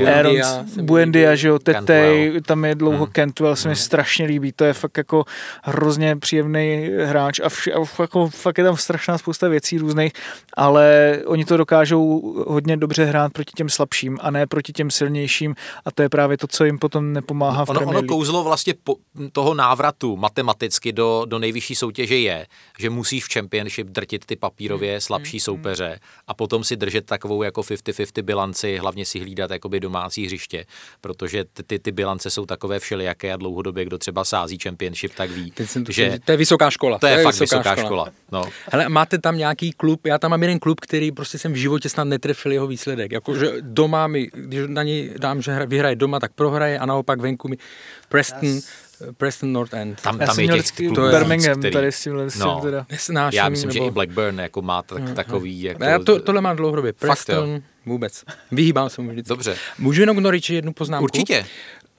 Buendia, že jo, Tetej, tam je dlouho Cantwell, se mi strašně líbí, to je fakt jako hrozně příjemný hráč a fakt je tam strašná spousta věcí různých, ale oni to dokážou hodně dobře hrát proti těm slabším a ne proti těm silnějším a to je právě to, co jim potom nepomáhá v Premier League. Ono kouzlo vlastně toho návratu matematicky do nejvyšší soutěže je, že musíš v Championship drtit ty papírově slabší soupeře a potom si držet takovou jako 50-50 bilanci, hlavně si hlídat jakoby domácí hřiště, protože ty bilance jsou takové všelijaké a dlouhodobě, kdo třeba sází Championship, tak ví, že to je vysoká škola. To je fakt vysoká škola. No. Hele, máte tam nějaký klub, já tam mám jeden klub, který prostě jsem v životě snad netrefil jeho výsledek, jakože doma když na něj dám, že vyhraje doma, tak prohraje a naopak venku mi Preston North End. Tam je těch klubů Birmingham, tady s tímhle teda. Nesnáším, já myslím, že i Blackburn jako má takový... Jako... Tohle mám dlouhodobě. Preston vůbec. Vyhýbám se mu vždycky. Dobře. Můžu jenom k Norwichi jednu poznámku? Určitě.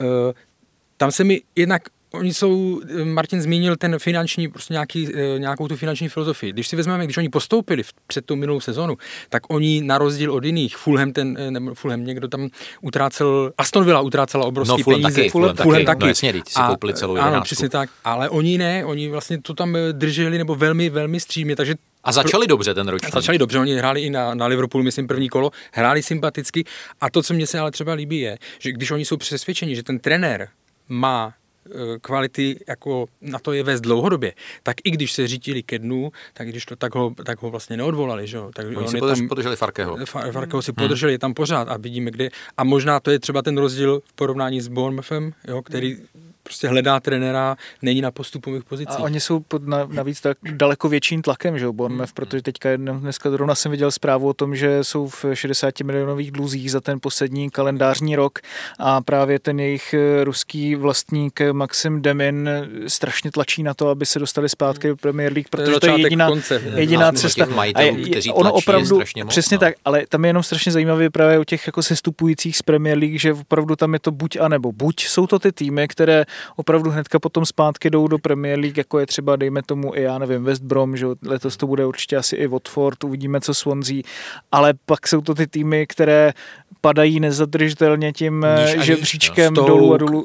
Tam se mi jednak oni jsou, Martin zmínil ten finanční, prostě nějakou tu finanční filozofii. Když si vezmeme, když oni postoupili před tou minulou sezónu, tak oni na rozdíl od jiných, Fulham někdo tam utrácel, Aston Villa utrácela obrovský peníze. Fulham taky. No jasně, si koupili celou jedenáctku. Ano, přesně tak, ale oni ne, oni vlastně to tam drželi nebo velmi, velmi střídmě, takže a začali dobře ten ročník. Začali dobře, oni hráli i na Liverpoolu, myslím, první kolo, hráli sympaticky a to, co mě se ale třeba líbí, je, že když oni jsou přesvědčeni, že ten trenér má kvality, jako na to je vést dlouhodobě, tak i když se řítili ke dnu, tak když to tak ho vlastně neodvolali, že jo. Oni si podrželi Farkeho. Farkeho si podrželi, je tam pořád a vidíme kde. A možná to je třeba ten rozdíl v porovnání s Bournemouthem, jo, který prostě hledá trenéra, není na postupových pozicích. A oni jsou navíc tak daleko větším tlakem, že jo, Bournemouth, protože teďka dneska zrovna jsem viděl zprávu o tom, že jsou v 60 milionových dluzích za ten poslední kalendářní rok a právě ten jejich ruský vlastník Maxim Demin strašně tlačí na to, aby se dostali zpátky do Premier League, protože to je jediná cesta. Ono opravdu, přesně tak, ale tam je jenom strašně zajímavé právě o těch jako sestupujících z Premier League, že opravdu tam je to buď a nebo. Buď jsou to ty týmy, které opravdu hnedka potom zpátky jdou do Premier League, jako je třeba, dejme tomu, i já nevím, West Brom, že letos to bude určitě asi i Watford, uvidíme, co Swansea, ale pak jsou to ty týmy, které padají nezadržitelně tím žebříčkem dolů a dolů.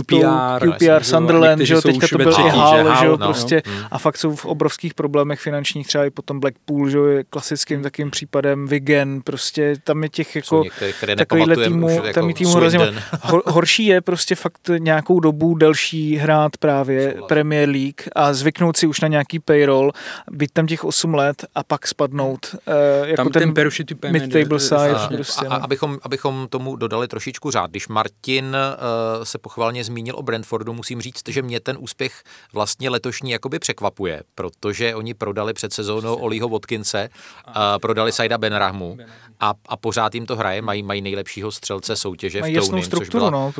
QPR, Sunderland, že jo, teďka to byl i Hull, že jo, prostě, a fakt jsou v obrovských problémech finančních, třeba i potom Blackpool, že jo, je klasickým takým případem, Wigan, prostě tam je těch jako takovýhle týmu hrozně. Horší je prostě fakt nějakou dobu delší hrát právě Premier League a zvyknout si už na nějaký payroll, být tam těch 8 let a pak spadnout. Jako tam ten mid-table side. Prostě, abychom tomu dodali trošičku řád. Když Martin se pochvalně zmínil o Brentfordu, musím říct, že mě ten úspěch vlastně letošní jakoby překvapuje, protože oni prodali před sezónou Oliho Watkinse, prodali Saida Benrahmu a pořád jim to hraje, mají nejlepšího střelce soutěže v Tounim, což byla...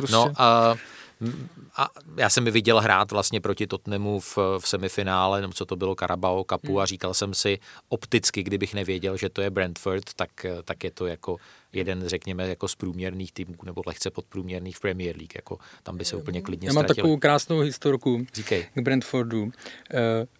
A já jsem mi viděl hrát vlastně proti Tottenhamu v semifinále, nebo co to bylo, Carabao Cupu, a říkal jsem si opticky, kdybych nevěděl, že to je Brentford, tak je to jako jeden, řekněme, jako z průměrných týmů, nebo lehce podprůměrných v Premier League, jako tam by se úplně klidně ztratili. Já mám takovou krásnou historku Říkej. k Brentfordu.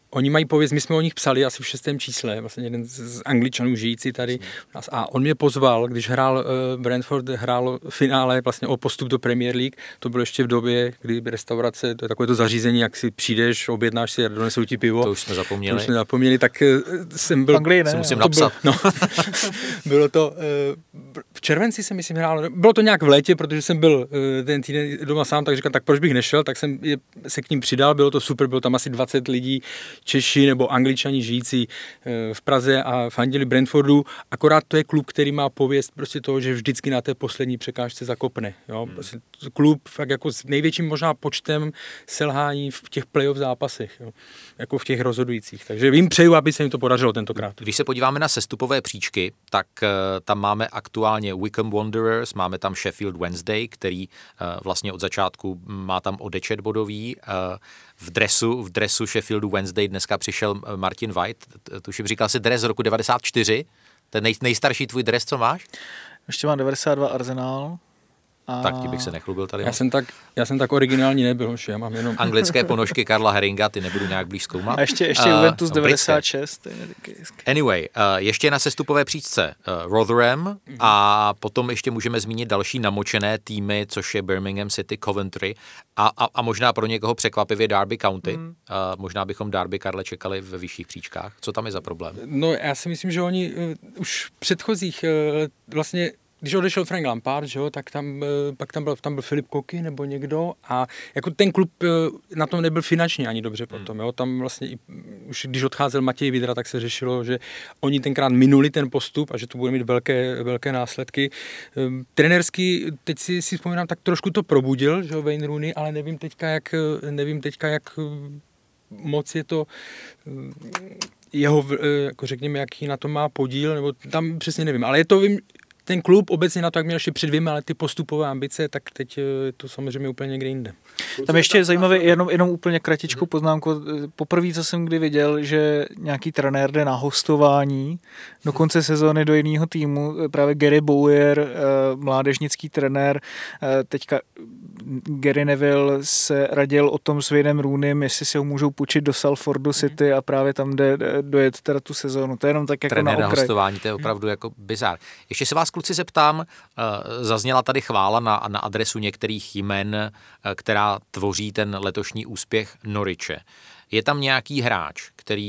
oni mají pověst, my jsme o nich psali asi v 6. čísle, vlastně jeden z Angličanů žijící tady. A on mě pozval, když Brentford hrál finále vlastně o postup do Premier League, to bylo ještě v době, kdy restaurace, to je takové to zařízení, jak si přijdeš, objednáš si a donesou ti pivo. To už jsme zapomněli. Tak jsem byl... Anglii, ne? Musím napsat. Bylo to v červenci jsem myslím hrál, bylo to nějak v létě, protože jsem byl ten týden doma sám, tak říkám, tak proč bych nešel, tak jsem se k ním přidal, bylo to super, bylo tam asi 20 lidí, Češi nebo Angličani žijící v Praze a fandili Brentfordu, akorát to je klub, který má pověst prostě toho, že vždycky na té poslední překážce zakopne. Jo? Prostě klub fakt jako s největším možná počtem selhání v těch playoff zápasech, jo? Jako v těch rozhodujících. Takže jim přeju, aby se jim to podařilo tentokrát. Když se podíváme na sestupové příčky, tak tam máme aktuálně Wycombe Wanderers, máme tam Sheffield Wednesday, který vlastně od začátku má tam odečet bodový. V dresu Sheffieldu Wednesday dneska přišel Martin White, tuším říkal si dres z roku 94, ten nejstarší tvůj dres, co máš? Ještě mám 92 Arsenal. Tak ti bych se nechlubil tady. Já jsem tak originální nebyl, že já mám jenom... Anglické ponožky Karla Herringa, ty nebudu nějak blíž zkoumat. A ještě Juventus 96. Anyway, ještě na sestupové příčce Rotherham a potom ještě můžeme zmínit další namočené týmy, což je Birmingham City, Coventry a možná pro někoho překvapivě Derby County. Možná bychom Derby, Karle, čekali ve vyšších příčkách. Co tam je za problém? No já si myslím, že oni už v předchozích vlastně když odešel Frank Lampard, že jo, tak pak tam byl Filip Koky nebo někdo a jako ten klub na tom nebyl finančně ani dobře potom, jo, tam vlastně už když odcházel Matěj Vidra, tak se řešilo, že oni tenkrát minuli ten postup a že to bude mít velké následky. Trenérsky, teď si vzpomínám, tak trošku to probudil, že jo, Wayne Rooney, ale nevím teďka, jak moc je to jeho, jako řekněme, jaký na to má podíl, nebo tam přesně nevím, ale je to, ten klub obecně na to, jak měl ještě před 2 lety postupové ambice, tak teď je to samozřejmě úplně někde jinde. Tam ještě je zajímavé, jenom úplně kratičkou poznámku. Poprvé, co jsem kdy viděl, že nějaký trenér jde na hostování do konce sezóny do jiného týmu, právě Gary Bowyer, mládežnický trenér, teďka Gary Neville se radil o tom s Waynem Rooneym, jestli se ho můžou půjčit do Salfordu City a právě tam jde dojet teda tu sezónu. To je jenom tak jako trenér na okraj. Hostování, to je opravdu jako bizár. Ještě se vás, kluci, zeptám, zazněla tady chvála na adresu některých jmen, která tvoří ten letošní úspěch Norwiche. Je tam nějaký hráč,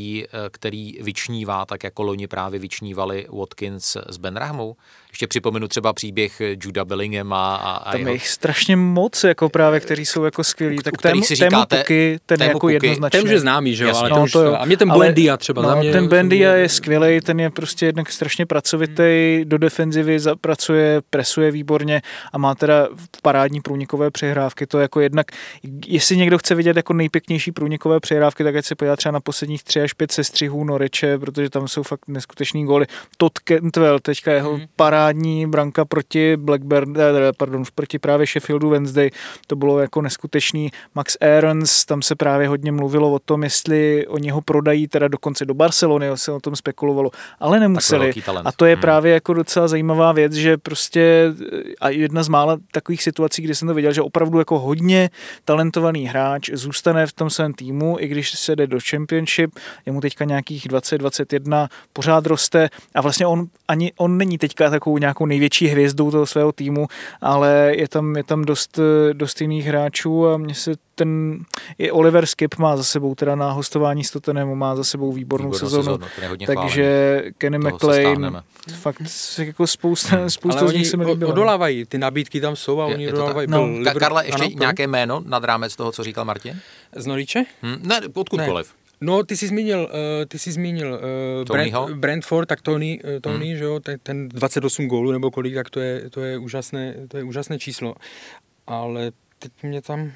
který vyčnívá, tak jako loni právě vyčnívali Watkins s Benrahmou? Ještě připomenu třeba příběh Juda Bellinghama a tam je jich strašně moc, jako právě, kteří jsou jako skvělí. Tak tému Puky, ten je jako jednoznačně. Ten už je známý, že jo? Ale no, to a mě ten Buendia třeba. Za mě, ten Buendia je skvělej, ten je prostě jednak strašně pracovitý, do defenzivy pracuje, presuje výborně a má teda parádní průnikové přehrávky. To jako jednak, jestli někdo chce vidět jako nejpěknější průnikové přehrávky, tak ať se podívá třeba na posledních 3 až 5 sestřihů Norwiche, protože tam jsou fakt neskutečný góly. Todd Cantwell, teďka jeho parádní branka proti proti právě Sheffieldu Wednesday, to bylo jako neskutečný. Max Aarons, tam se právě hodně mluvilo o tom, jestli oni ho prodají teda dokonce do Barcelony, se o tom spekulovalo, ale nemuseli. A to je právě jako docela zajímavá věc, že prostě a jedna z mála takových situací, kdy jsem to viděl, že opravdu jako hodně talentovaný hráč zůstane v tom svém týmu, i když se jde do Championship, je mu teďka nějakých 20-21, pořád roste a vlastně on není teďka takovou nějakou největší hvězdou toho svého týmu, ale je tam dost jiných hráčů a mně se i Oliver Skip má za sebou teda na hostování s Tottenhamu, má za sebou výbornou sezonu. Takže Kenny McLean, fakt jako spousta z nich se mi líbilo. Odolávají, ty nabídky tam jsou a oni odolávají. Karle, ještě nějaké jméno nad rámec toho, co říkal Martin? Z Norwiche? Ne, odkudkoliv. No, ty jsi zmínil Brentford, tak Tony, že jo, ten 28 gólů nebo kolik, tak to je úžasné číslo. Ale teď mě tam...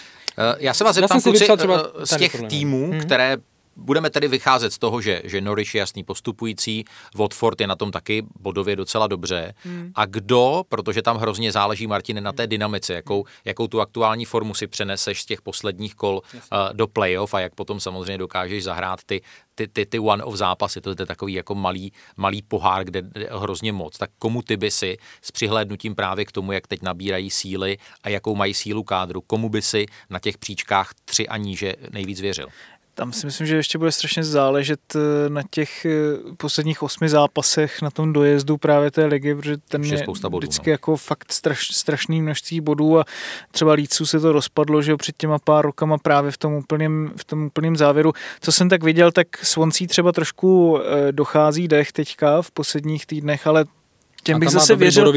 Já se vás zeptám, kluci, z těch týmů, které budeme tedy vycházet z toho, že Norwich je jasný postupující, Watford je na tom taky bodově docela dobře. A kdo, protože tam hrozně záleží, Martine, na té dynamice, jakou tu aktuální formu si přeneseš z těch posledních kol do playoff a jak potom samozřejmě dokážeš zahrát ty one-off zápasy, to je takový jako malý pohár, kde hrozně moc. Tak komu ty by si s přihlédnutím právě k tomu, jak teď nabírají síly a jakou mají sílu kádru, komu by si na těch příčkách 3 a níže nejvíc věřil? Tam si myslím, že ještě bude strašně záležet na těch posledních 8 zápasech na tom dojezdu právě té ligy, protože ten je vždycky jako fakt strašný množství bodů a třeba Leedsu se to rozpadlo, že před těma pár rokama právě v tom úplným závěru. Co jsem tak viděl, tak Swansea třeba trošku dochází dech teďka v posledních týdnech, ale těm bych zase věřil,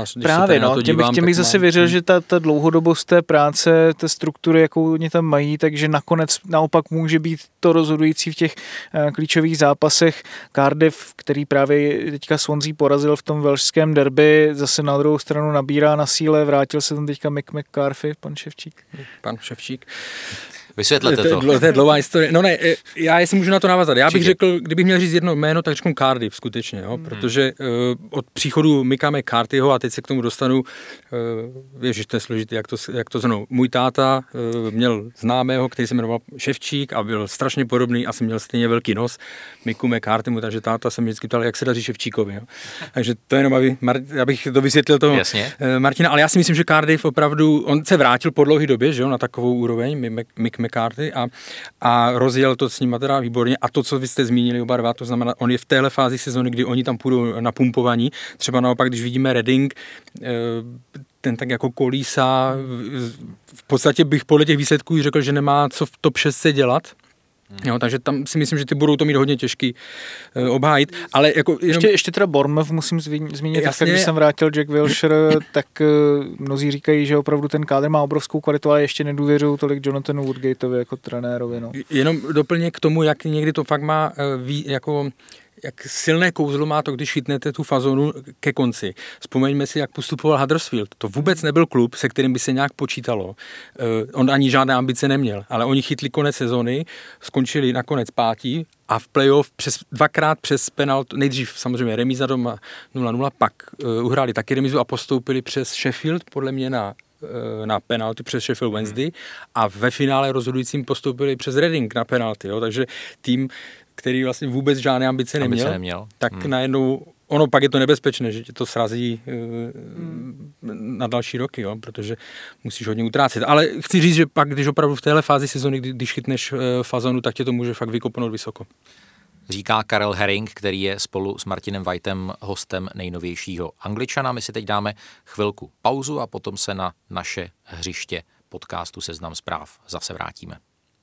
těm bych zase věřil, že ta dlouhodobost té práce, té struktury, jakou oni tam mají, takže nakonec naopak může být to rozhodující v těch klíčových zápasech. Cardiff, který právě teďka Swansea porazil v tom velšském derby, zase na druhou stranu nabírá na síle, vrátil se tam teďka McCarthy, pan Ševčík. Vysvětlete to. To je dlouhá historie. No ne, já jestli můžu na to navázat. Já bych řekl, kdybych měl říct jedno jméno, tak řeknu Cardiff skutečně, jo? Protože od příchodu Micka McCarthyho, a teď se k tomu dostanu, ježiš, to je složitý, jak to zhrnou. Můj táta měl známého, který se jmenoval Ševčík a byl strašně podobný, asi měl stejně velký nos Micku McCarthymu, takže táta se mě vždycky ptal, jak se daří Ševčíkovi. Jo? Takže to jenom, abych to vysvětlil toho Martina, ale já si myslím, že Cardiff opravdu, on se vrátil po dlouhé době, že jo, na takovou úroveň, Mick McCarthy a rozjel to s ním teda výborně. A to, co vy jste zmínili oba dva, to znamená, on je v téhle fázi sezóny, kdy oni tam půjdou na pumpovaní. Třeba naopak, když vidíme Reading, ten tak jako kolísá, v podstatě bych podle těch výsledků řekl, že nemá co v top 6 dělat. Jo, takže tam si myslím, že ty budou to mít hodně těžký obhájit, ale jako ještě teda Bournemouth musím zmínit, tak když jsem vrátil Jack Wilshere, tak mnozí říkají, že opravdu ten kádr má obrovskou kvalitu, ale ještě nedůvěřují tolik Jonathanu Woodgateovi jako trenérovi. No. Jenom doplně k tomu, jak někdy to fakt má jak silné kouzlo má to, když chytnete tu fazonu ke konci. Vzpomeňme si, jak postupoval Huddersfield. To vůbec nebyl klub, se kterým by se nějak počítalo. On ani žádné ambice neměl, ale oni chytli konec sezony, skončili nakonec 5. a v playoff dvakrát přes penaltu, nejdřív samozřejmě remíza doma 0-0, pak uhráli taky remízu a postoupili přes Sheffield, podle mě na penalty přes Sheffield Wednesday a ve finále rozhodujícím postoupili přes Reading na penalty. Jo? Takže tým, který vlastně vůbec žádné ambice neměl. Tak najednou, ono pak je to nebezpečné, že tě to srazí na další roky, jo? Protože musíš hodně utrácet. Ale chci říct, že pak, když opravdu v téhle fázi sezóny, když chytneš fazonu, tak tě to může fakt vykopnout vysoko. Říká Karel Herring, který je spolu s Martinem Whitem hostem nejnovějšího Angličana. My si teď dáme chvilku pauzu a potom se na naše hřiště podcastu Seznam zpráv zase vrátíme.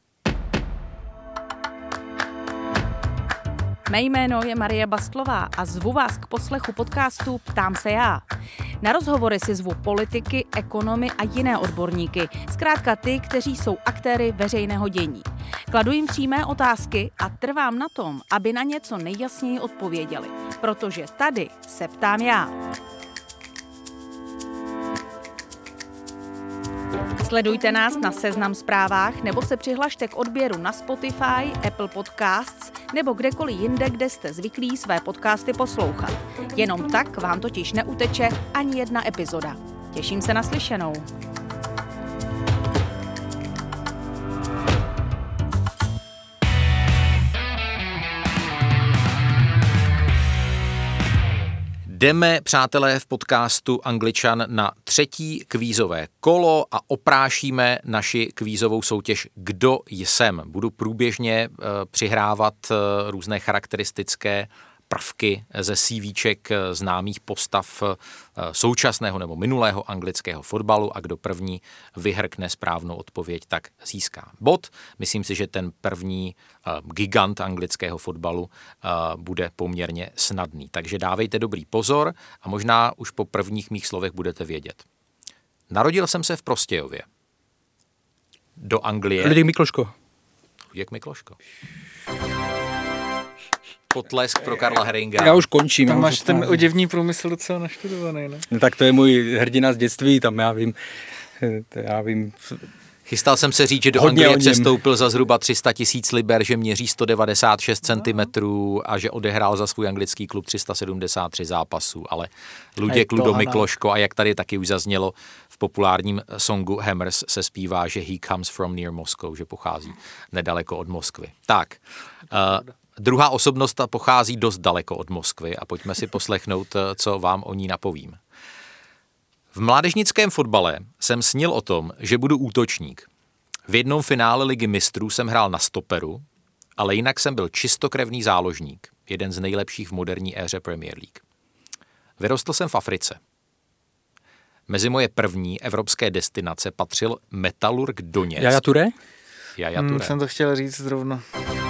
Mé jméno je Marie Bastlová a zvu vás k poslechu podcastu Ptám se já. Na rozhovory si zvu politiky, ekonomy a jiné odborníky, zkrátka ty, kteří jsou aktéry veřejného dění. Kladu jim přímé otázky a trvám na tom, aby na něco nejjasněji odpověděli, protože tady se ptám já. Sledujte nás na Seznam zprávách nebo se přihlašte k odběru na Spotify, Apple Podcasts nebo kdekoliv jinde, kde jste zvyklí své podcasty poslouchat. Jenom tak vám totiž neuteče ani jedna epizoda. Těším se na slyšenou. Jdeme, přátelé, v podcastu Angličan na 3. kvízové kolo a oprášíme naši kvízovou soutěž Kdo jsem. Budu průběžně přihrávat různé charakteristické prvky ze CVček známých postav současného nebo minulého anglického fotbalu a kdo první vyhrkne správnou odpověď, tak získá bod. Myslím si, že ten první gigant anglického fotbalu bude poměrně snadný. Takže dávejte dobrý pozor a možná už po prvních mých slovech budete vědět. Narodil jsem se v Prostějově. Do Anglie. Luděk Mikloško. Luděk Mikloško. Potlesk pro Karla Herringa. Já už končím. Tam máš ten oděvní průmysl docela naštudovaný, ne? No, tak to je můj hrdina z dětství, tam já vím. Chystal jsem se říct, že do Anglie přestoupil za zhruba 300 000 liber, že měří 196 cm a že odehrál za svůj anglický klub 373 zápasů, ale Luděk Ludo Mikloško, a jak tady taky už zaznělo v populárním songu Hammers se zpívá, že he comes from near Moscow, že pochází nedaleko od Moskvy. Tak, druhá osobnost pochází dost daleko od Moskvy a pojďme si poslechnout, co vám o ní napovím. V mládežnickém fotbale jsem snil o tom, že budu útočník. V jednom finále Ligy mistrů jsem hrál na stoperu, ale jinak jsem byl čistokrevný záložník, jeden z nejlepších v moderní éře Premier League. Vyrostl jsem v Africe. Mezi moje první evropské destinace patřil Metalurg Doněck. Yaya Touré? Yaya Touré. Jsem to chtěl říct zrovna.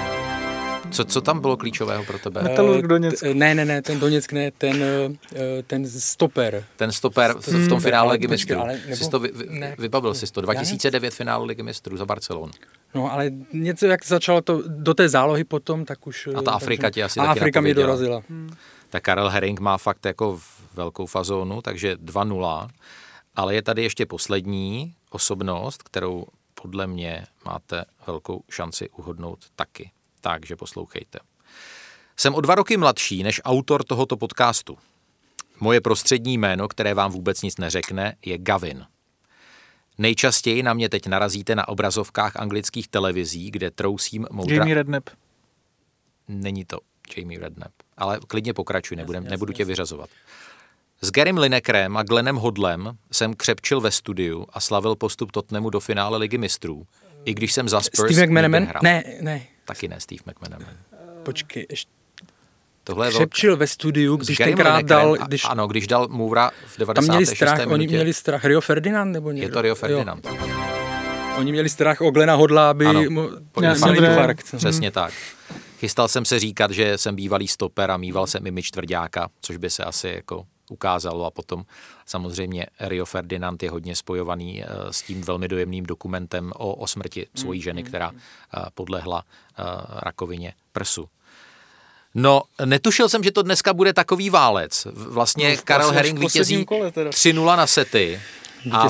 Co tam bylo klíčového pro tebe? Metalurg Doněck. Ne, ten Doněck ne, ten stoper. Ten stoper v tom finále Ligy počkej, mistrů. ale Jsi to vybavil jsi to. 2009 finále Ligy mistrů za Barcelonu. No, ale něco, jak začalo to do té zálohy potom, tak už... A ta Afrika ti asi taky Afrika mě napověděla. dorazila. Tak Karel Herring má fakt jako velkou fazónu, takže 2-0. Ale je tady ještě poslední osobnost, kterou podle mě máte velkou šanci uhodnout taky. Takže poslouchejte. Jsem o 2 roky mladší než autor tohoto podcastu. Moje prostřední jméno, které vám vůbec nic neřekne, je Gavin. Nejčastěji na mě teď narazíte na obrazovkách anglických televizí, kde trousím moudra... Jamie Redknapp. Není to Jamie Redknapp, ale klidně pokračuj, nebudu tě vyřazovat. S Garym Linekerem a Glennem Hoddlem jsem křepčil ve studiu a slavil postup Tottenhamu do finále Ligy mistrů, i když jsem za Spurs Steve McManaman? hrál. Ne. Taky ne Steve McManaman. Počkej, ještě Tohle je křepčil ve studiu, s když Garym tenkrát dal... Linekerem, ano, když dal Moura v Tam 96. měli strach, minutě. oni měli strach. Rio Ferdinand nebo někdo? Je to Rio Ferdinand. Jo. Oni měli strach o Glena Hoddla, aby Ano, měli infarkt. Přesně tak. Chystal jsem se říkat, že jsem bývalý stoper a mýval jsem image tvrďáka, což by se asi jako ukázalo a potom samozřejmě Rio Ferdinand je hodně spojovaný s tím velmi dojemným dokumentem o smrti svojí ženy, která podlehla rakovině prsu. No, netušil jsem, že to dneska bude takový válec. Vlastně Karel Herring vítězí 3-0 na sety a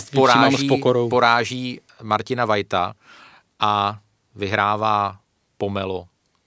poráží Martina Vajta a vyhrává Pomelo.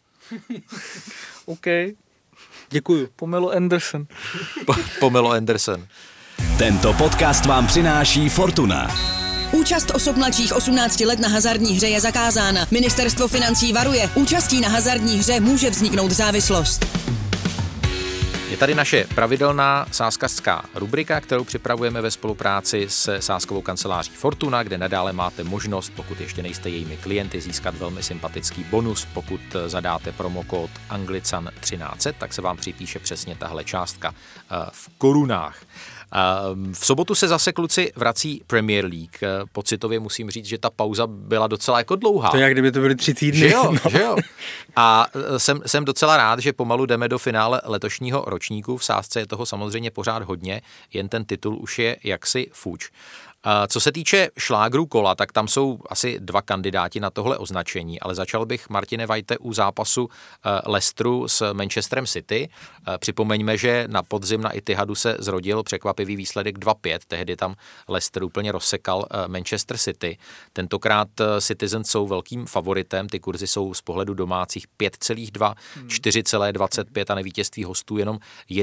OK. Děkuju. Pomelo Anderson. Pomelo Anderson. Tento podcast vám přináší Fortuna. Účast osob mladších 18 let na hazardní hře je zakázána. Ministerstvo financí varuje. Účastí na hazardní hře může vzniknout závislost. Je tady naše pravidelná sázkařská rubrika, kterou připravujeme ve spolupráci se sázkovou kanceláří Fortuna, kde nadále máte možnost, pokud ještě nejste jejími klienty, získat velmi sympatický bonus. Pokud zadáte promokód Anglican 1300, tak se vám připíše přesně tahle částka v korunách. V sobotu se zase, kluci, vrací Premier League. Pocitově musím říct, že ta pauza byla docela jako dlouhá. To je, jak kdyby to byly 3 týdny. Že jo. A jsem docela rád, že pomalu jdeme do finále letošního ročníku. V sázce je toho samozřejmě pořád hodně, jen ten titul už je jaksi fuč. Co se týče šlágrů kola, tak tam jsou asi 2 kandidáti na tohle označení, ale začal bych, Martine Vajte, u zápasu Leicesteru s Manchesterem City. Připomeňme, že na podzim na Etihadu se zrodil překvapivý výsledek 2-5, tehdy tam Leicester úplně rozsekal Manchester City. Tentokrát Citizens jsou velkým favoritem, ty kurzy jsou z pohledu domácích 5,2, 4,25 a na vítězství hostů jenom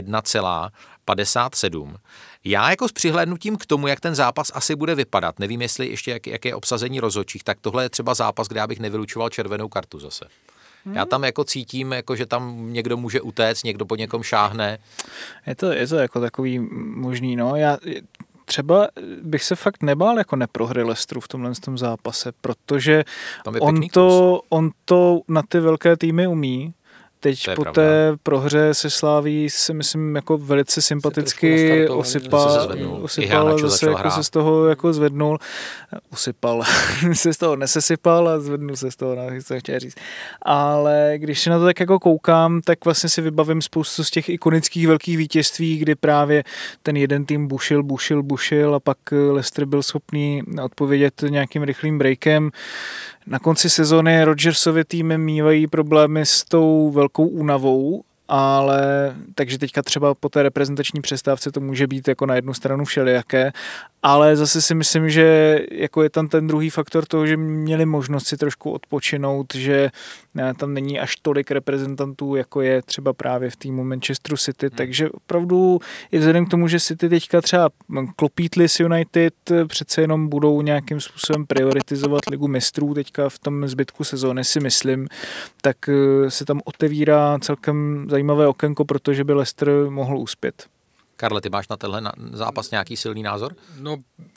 1,57. Já jako s přihlédnutím k tomu, jak ten zápas asi bude vypadat, nevím, jestli ještě jak je obsazení rozhodčích, tak tohle je třeba zápas, kde já bych nevylučoval červenou kartu zase. Já tam jako cítím, jako že tam někdo může utéct, někdo po někom šáhne. Je to jako takový možný, no. Já třeba bych se fakt nebál jako neprohry Leicesteru v tomhle zápase, protože on to na ty velké týmy umí. Teď po pravda. té prohře se Sláví se myslím jako velice sympaticky osypal zase jako se z toho jako zvednul. Usypal. se z toho nesesypal a zvednul se z toho, co chtěl říct. Ale když se na to tak jako koukám, tak vlastně si vybavím spoustu z těch ikonických velkých vítězství, kdy právě ten jeden tým bušil a pak Leicester byl schopný odpovědět nějakým rychlým breakem. Na konci sezóny Rodgersovy týmy mívají problémy s tou velkou únavou, ale takže teďka třeba po té reprezentační přestávce to může být jako na jednu stranu všelijaké, ale zase si myslím, že jako je tam ten druhý faktor toho, že měli možnost si trošku odpočinout, že tam není až tolik reprezentantů, jako je třeba právě v týmu Manchesteru City, takže opravdu i vzhledem k tomu, že City teďka třeba klopítli s United, přece jenom budou nějakým způsobem prioritizovat Ligu mistrů teďka v tom zbytku sezóny, si myslím, tak se tam otevírá celkem zajímavé okénko, protože by Leicester mohl uspět. Karle, ty máš na tenhle zápas nějaký silný názor? No,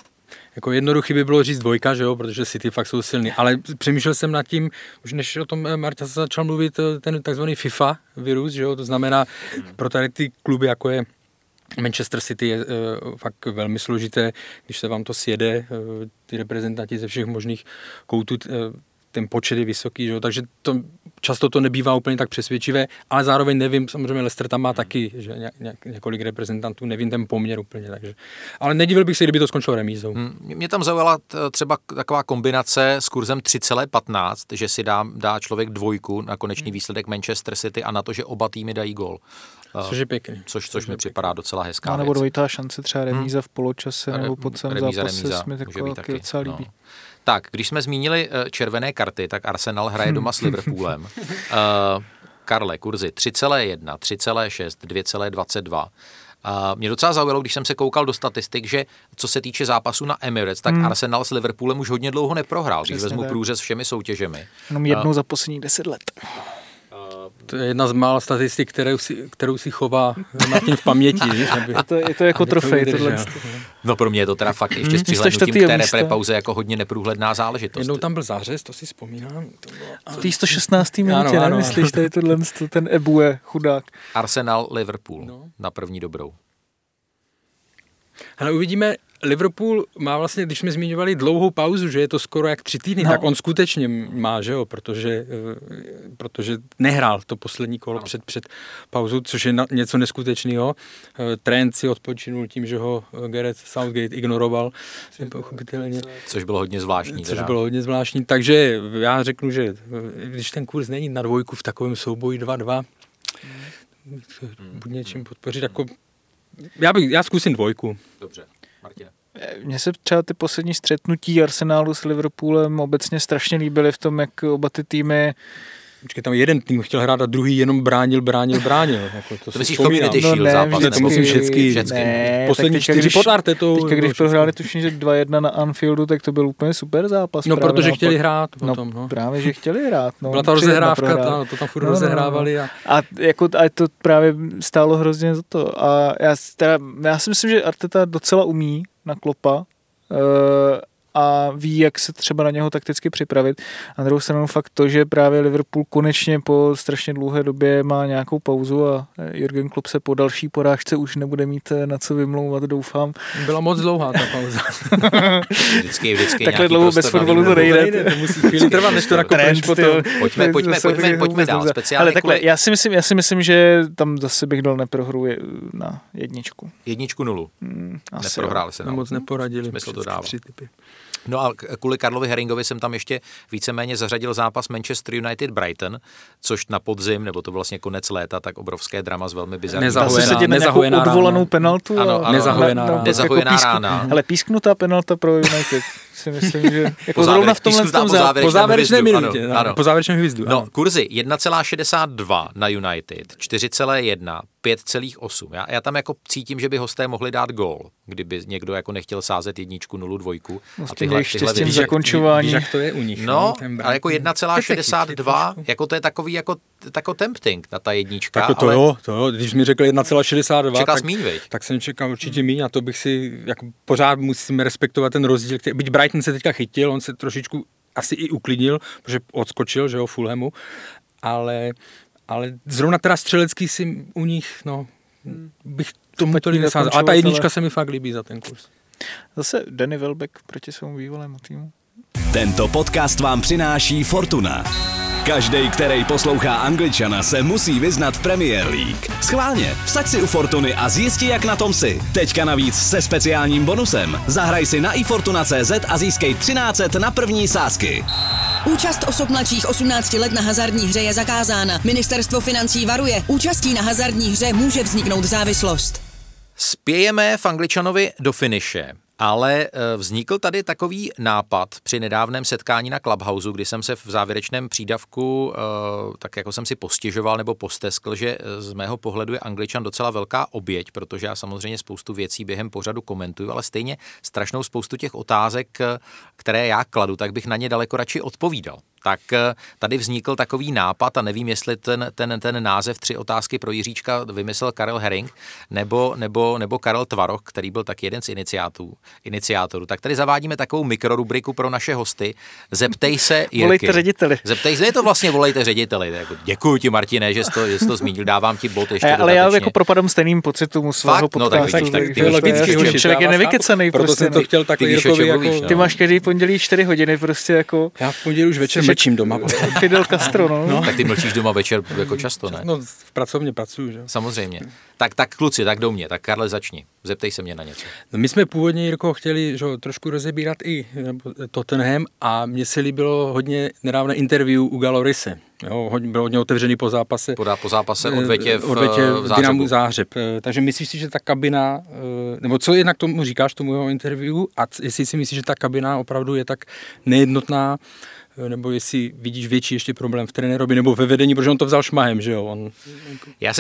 jako jednoduchý by bylo říct 2, že jo, protože City fakt jsou silný, ale přemýšlel jsem nad tím, už než o tom Marta se začal mluvit, ten takzvaný FIFA virus, že jo, to znamená pro tady ty kluby, jako je Manchester City, je fakt velmi složité, když se vám to sjede, ty reprezentanti ze všech možných koutů, ten počet je vysoký, že jo? Takže často to nebývá úplně tak přesvědčivé, ale zároveň nevím, samozřejmě Leicester tam má taky, že několik reprezentantů, nevím ten poměr úplně, takže. Ale nedivil bych se, kdyby to skončilo remízou. Mě tam zaujala třeba taková kombinace s kurzem 3,15, že si dá člověk 2 na konečný výsledek Manchester City a na to, že oba týmy dají gól. Což je pěkný. Což mi připadá docela hezká nebo věc. dvojitá šance, třeba remíza v poločase nebo po celém zápase se mi taky docela líbí. No. Tak, když jsme zmínili červené karty, tak Arsenal hraje doma s Liverpoolem. Karle, kurzy 3,1, 3,6, 2,22. Mě docela zaujalo, když jsem se koukal do statistik, že co se týče zápasu na Emirates, tak Arsenal s Liverpoolem už hodně dlouho neprohrál, když vezmu průřez všemi soutěžemi. Jenom jednou za posledních 10 let. To je jedna z mála statistik, kterou si chová Martin v paměti. Je to jako trofej. Tohle. No pro mě je to teda fakt ještě s přihlédnutím k té reprepauze jako hodně neprůhledná záležitost. Jednou tam byl zářez, to si vzpomínám. V té 116. minutě, nemyslíš, tady ten Ebue, chudák. Arsenal, Liverpool na první dobrou. Ale uvidíme, Liverpool má vlastně, když jsme zmiňovali dlouhou pauzu, že je to skoro jak 3 týdny, tak on skutečně má, že jo, protože nehrál to poslední kolo před pauzou, což je něco neskutečného. Trent si odpočinul tím, že ho Gareth Southgate ignoroval, pochopitelně. Což bylo hodně zvláštní. Takže já řeknu, že když ten kurz není na 2 v takovém souboji 2-2, buď něčím podpořit, jako já zkusím 2. Dobře, Martine. Mně se třeba ty poslední střetnutí Arsenálu s Liverpoolem obecně strašně líbily v tom, jak oba ty týmy. Počkej, tam jeden tým chtěl hrát a druhý jenom bránil. Jako to myslíš Community Shield zápas? To musím všechny. Poslední 4 pod Artetou. Teďka, když prohráli tuším, že 2-1 na Anfieldu, tak to byl úplně super zápas. No, protože chtěli hrát potom. No. Právě, že chtěli hrát. No. Byla ta rozehrávka, to tam furt rozehrávali. A to právě stálo hrozně za to. A já si myslím, že Arteta docela umí na Kloppa a ví, jak se třeba na něho takticky připravit. A na druhou stranu fakt to, že právě Liverpool konečně po strašně dlouhé době má nějakou pauzu a Jürgen Klopp se po další porážce už nebude mít na co vymlouvat, doufám. Byla moc dlouhá ta pauza. Vždycky takhle dlouho bez fotbalu to nejde. To musí chvíli trvat, než to nakopneš potom. Pojďme dál. Ale takhle, já si myslím, že tam zase bych dal neprohru na 1. 1-0. Neprohráli se. Moc neporadili. Smysl to dává. No a kvůli Karlovi Herringovi jsem tam ještě víceméně zařadil zápas Manchester United Brighton, což na podzim, nebo to vlastně konec léta, tak obrovské drama s velmi bizarní. Nezahojená odvolanou penaltu. Ano, nezahojená rána. Ale písknutá penalta pro United. Si myslím, že jako zrovna v tomhle po závěrečné minutě. Po závěrečném hvězdu. No, kurzy 1,62 na United, 4,1, 5,8. Já tam jako cítím, že by hosté mohli dát gól, kdyby někdo jako nechtěl sázet 1-0, 2. A tyhle zakončování. Víš, jak to je u nich. No, ale jako 1,62, jako to je takový jako tempting na ta 1. Tak to jo, když mi řekl 1,62, tak jsem čekal určitě míň a to bych si, jako pořád musíme respektovat ten rozdíl. Byť Brighton se teďka chytil, on se trošičku asi i uklidnil, protože odskočil, že jo, Fulhamu, ale zrovna teda střelecký si u nich, bych tomu tolik nesázel. Ale ta 1 se mi fakt líbí za ten kurz. Zase Danny Welbeck proti svému bývalému týmu. Tento podcast vám přináší Fortuna. Každej, který poslouchá Angličana, se musí vyznat v Premier League. Schválně, vsaď si u Fortuny a zjisti, jak na tom si. Teďka navíc se speciálním bonusem. Zahraj si na ifortuna.cz a získej 1300 na první sázky. Účast osob mladších 18 let na hazardní hře je zakázána. Ministerstvo financí varuje. Účastí na hazardní hře může vzniknout závislost. Spějeme v Angličanovi do finiše. Ale vznikl tady takový nápad při nedávném setkání na Clubhouse, kdy jsem se v závěrečném přídavku tak jako jsem si postěžoval nebo posteskl, že z mého pohledu je Angličan docela velká oběť, protože já samozřejmě spoustu věcí během pořadu komentuju, ale stejně strašnou spoustu těch otázek, které já kladu, tak bych na ně daleko radši odpovídal. tak tady vznikl takový nápad a nevím, jestli ten název 3 otázky pro Jiříčka vymyslel Karel Herring nebo Karel Tvaroch, který byl taky jeden z iniciátorů. Tak tady zavádíme takovou mikrorubriku pro naše hosty. Zeptej se Jirky. Volejte řediteli. Je to vlastně volejte řediteli. Děkuji ti, Martine, že jsi to zmínil. Dávám ti bod ještě ale já jako propadám stejným pocitům svého podcastu. No tak to je logický, člověk je nevykecanej. Proto jsem to chtěl takhle Jirkovi jako... Ty máš každý pondělí 4 hodiny prostě jako... Já v pondělí už večer mlčím doma. Fidel Castro, no. Tak ty mlčíš doma večer jako často, ne? No, v pracovně pracuju, že? Samozřejmě. Tak kluci, tak do mě. Tak Karle, začni. Zeptej se mě na něco. No, my jsme původně, Jirko, chtěli trošku rozebírat i Tottenham a mně se líbilo hodně nedávné interview u Galorise. Jo, bylo hodně otevřený po zápase. Po zápase odvetě v Dynamu Záhřeb. Takže myslíš si, že ta kabina, nebo co jednak tomu říkáš, tomu jeho interview, a jestli si myslíš, že ta kabina opravdu je tak nejednotná, nebo jestli vidíš větší ještě problém v trenérovi nebo ve vedení, protože on to vzal šmahem, že jo? Já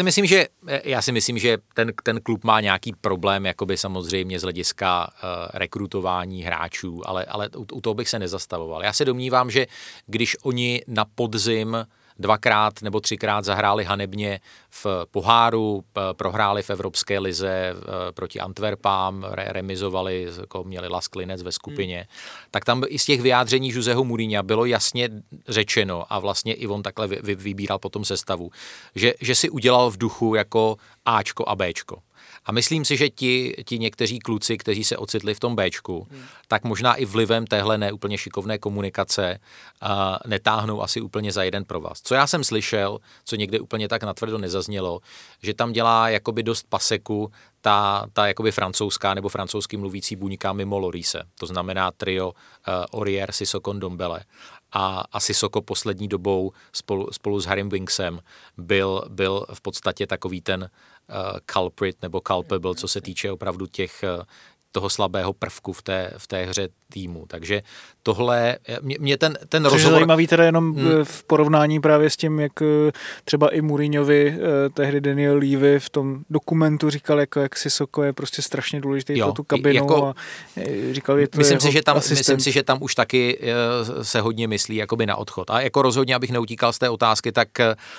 si myslím, že ten klub má nějaký problém, jakoby samozřejmě z hlediska rekrutování hráčů, ale u toho bych se nezastavoval. Já se domnívám, že když oni na podzim 2krát nebo 3krát zahráli hanebně v poháru, prohráli v Evropské lize proti Antwerpám, remizovali, jako měli Lasklinec ve skupině, tak tam i z těch vyjádření Joseho Mourinha bylo jasně řečeno a vlastně i on takhle vybíral potom sestavu, že si udělal v duchu jako Ačko a Bčko. A myslím si, že ti někteří kluci, kteří se ocitli v tom Bčku, tak možná i vlivem téhle neúplně šikovné komunikace netáhnou asi úplně za jeden provaz. Co já jsem slyšel, co někde úplně tak natvrdo nezaznělo, že tam dělá jakoby dost paseku ta jakoby francouzská nebo francouzsky mluvící buňka mimo Lorise. To znamená trio Aurier, Sissoko, Ndombele. A Sissoko poslední dobou spolu s Harrym Winksem byl v podstatě takový ten culprit nebo culpable, co se týče opravdu toho slabého prvku v té hře týmu. Takže tohle, mě ten rozhovor... Což je zajímavý teda jenom v porovnání právě s tím, jak třeba i Mourinhovi tehdy Daniel Levy v tom dokumentu říkal, jak Sissoko je prostě strašně důležitý pro tu kabinu jako, a říkal, že to myslím si, že tam už taky se hodně myslí jakoby na odchod. A jako rozhodně, abych neutíkal z té otázky, tak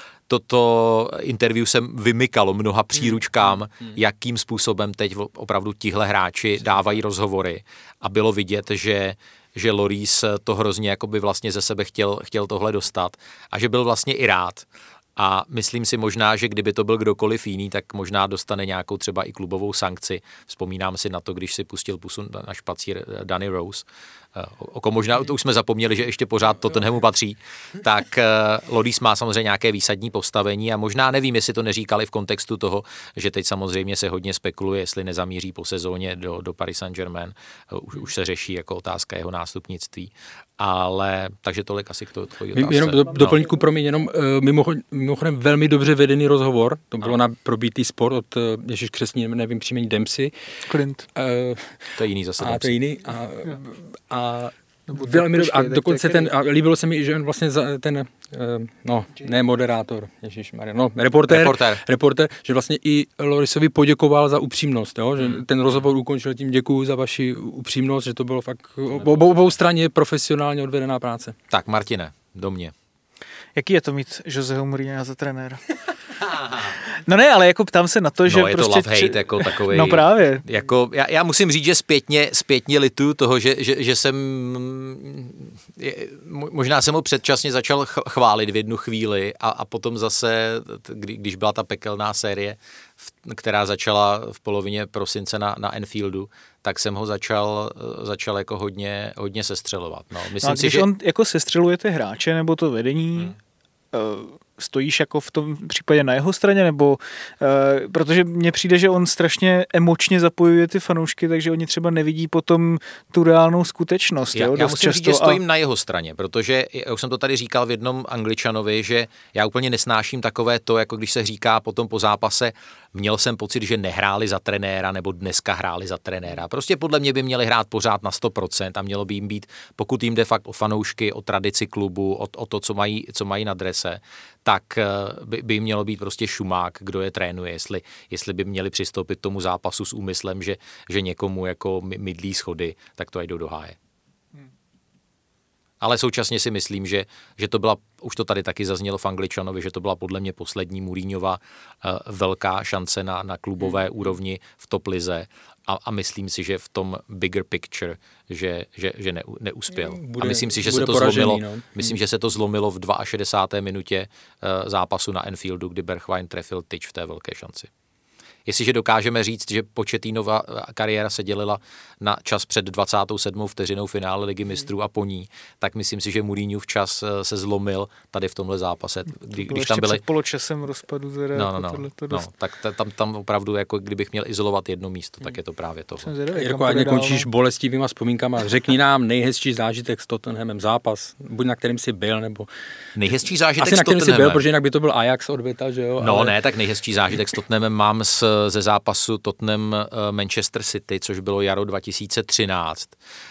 toto interview jsem vymykalo mnoha příručkám, jakým způsobem teď opravdu tihle hráči dávají rozhovory a bylo vidět, že Lloris to hrozně jakoby vlastně ze sebe chtěl tohle dostat a že byl vlastně i rád. A myslím si možná, že kdyby to byl kdokoliv jiný, tak možná dostane nějakou třeba i klubovou sankci. Vzpomínám si na to, když si pustil pusu na špacír Danny Rose. Možná to už jsme zapomněli, že ještě pořád Tottenhamu patří, tak Lloris má samozřejmě nějaké výsadní postavení a možná nevím, jestli to neříkali v kontextu toho, že teď samozřejmě se hodně spekuluje, jestli nezamíří po sezóně do Paris Saint-Germain. Už se řeší jako otázka jeho nástupnictví. Ale takže tolik asi k tvojí otázce. Jenom doplňku, promiň, jenom mimochodem velmi dobře vedený rozhovor, to bylo na probítý sport od Ježíš křesní, nevím příjmení Dempsey. Clint. To je jiný zase. To je jiný. Velmi dobře. A dokonce líbilo se mi, že on vlastně ne moderátor, ježišmarja, reportér, že vlastně i Llorisovi poděkoval za upřímnost, jo? Že ten rozhovor ukončil tím děkuju za vaši upřímnost, že to bylo fakt obou straně profesionálně odvedená práce. Tak Martine, do mě. Jaký je to mít Joseho Mourinha za trenéra? No ne, ale jako ptám se na to, že je to love-hate jako takovej. No právě. Jako, já musím říct, že zpětně lituju toho, že jsem možná jsem ho předčasně začal chválit v jednu chvíli a potom zase, když byla ta pekelná série, která začala v polovině prosince na Anfieldu, tak jsem ho začal jako hodně sestřelovat. No, myslím si, že on jako sestřeluje ty hráče nebo to vedení, stojíš jako v tom případě na jeho straně, nebo protože mně přijde, že on strašně emočně zapojuje ty fanoušky, takže oni třeba nevidí potom tu reálnou skutečnost. Já musím říct, že stojím na jeho straně, protože já už jsem to tady říkal v jednom Angličanovi, že já úplně nesnáším takové to, jako když se říká potom po zápase, měl jsem pocit, že nehráli za trenéra, nebo dneska hráli za trenéra. Prostě podle mě by měli hrát pořád na 100% a mělo by jim být, pokud jim jde fakt o fanoušky, o tradici klubu, o to, co mají na drese, tak by jim mělo být prostě šumák, kdo je trénuje, jestli by měli přistoupit tomu zápasu s úmyslem, že někomu jako mydlí schody, tak to jdou do háje. Ale současně si myslím, že to byla, už to tady taky zaznělo v Angličanovi, že to byla podle mě poslední Mourinhova velká šance na klubové úrovni v top lize a myslím si, že v tom bigger picture, že neuspěl. A myslím si, že se to zlomilo. Myslím, že se to zlomilo v 62. minutě zápasu na Anfieldu, kdy Bergwijn trefil tyč v té velké šanci. Jestliže dokážeme říct, že Pochettinova kariéra se dělila na čas před 27. vteřinou finále Ligy mistrů a po ní, tak myslím si, že Mourinhův čas se zlomil tady v tomhle zápase. Když tam byly před poločasem rozpadu. Tak tam opravdu, jako kdybych měl izolovat jedno místo, tak je to právě toho. Jirko, ať nekončíš bolestivýma vzpomínkama. Řekni nám nejhezčí zážitek s Tottenhamem zápas, buď na kterým jsi byl, nebo... Nejhezčí zážitek asi s Tottenhamem. Asi na kterým jsi byl, protože jinak by to byl Ajax odbyta, že jo? No ale... ne, tak nejhezčí zážitek s Tottenhamem mám ze zápasu Tottenham Manchester City, což bylo jaro 2013.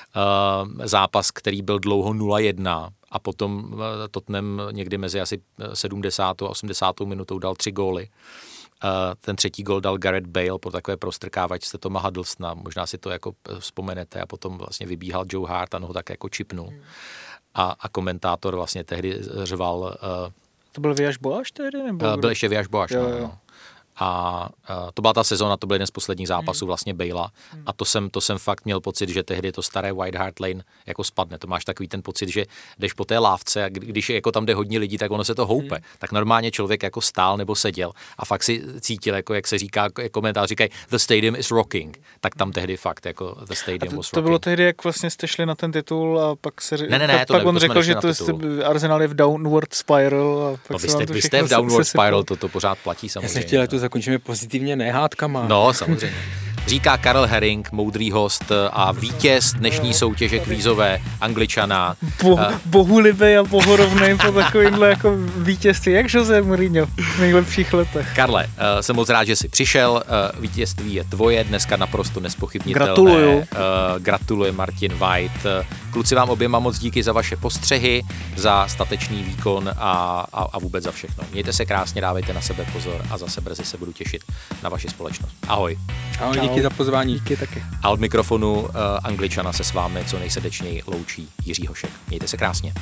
Zápas, který byl dlouho 0-1 a potom Tottenham někdy mezi asi 70. a 80. minutou dal 3 góly. Ten třetí gól dal Gareth Bale po takové prostrkávačce Toma Huddlestona. Možná si to jako vzpomenete a potom vlastně vybíhal Joe Hart a ho tak jako čipnul. A komentátor vlastně tehdy řval... To byl Viaš Boáš tehdy? Nebo byl ještě Viaš Boáš, no. A to byla ta sezóna, to byl jeden z posledních zápasů vlastně Balea a to jsem fakt měl pocit, že tehdy to staré White Hart Lane jako spadne. To máš takový ten pocit, že jdeš po té lávce a když jako tam jde hodně lidí, tak ono se to houpe. Tak normálně člověk jako stál nebo seděl a fakt si cítil, jako jak se říká, komentář říkají the stadium is rocking. Tak tam tehdy fakt jako the stadium was rocking. To bylo tehdy, jak vlastně jste šli na ten titul a pak se pak on řekl, že Arsenal je v downward spiral a pak vy jste v downward spiral, to pořád platí samozřejmě. Zakončíme pozitivně, ne hádkama. No, samozřejmě. Říká Karel Herring, moudrý host a vítěz dnešní soutěže kvízové Angličana. Bohulibej a bohorovnej po takovýmhle jako vítězství, jak Jose Mourinho v nejlepších letech. Karle, jsem moc rád, že jsi přišel, vítězství je tvoje, dneska naprosto nespochybnitelné. Gratuluju. Gratuluje Martin White. Kluci, vám oběma moc díky za vaše postřehy, za statečný výkon a vůbec za všechno. Mějte se krásně, dávejte na sebe pozor a zase brzy se budu těšit na vaši společnost. Ahoj. Ahoj, díky za pozvání. Díky taky. A od mikrofonu Angličana se s vámi co nejsrdečněji loučí Jiří Hošek. Mějte se krásně.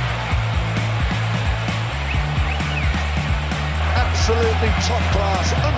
Absolutely top class.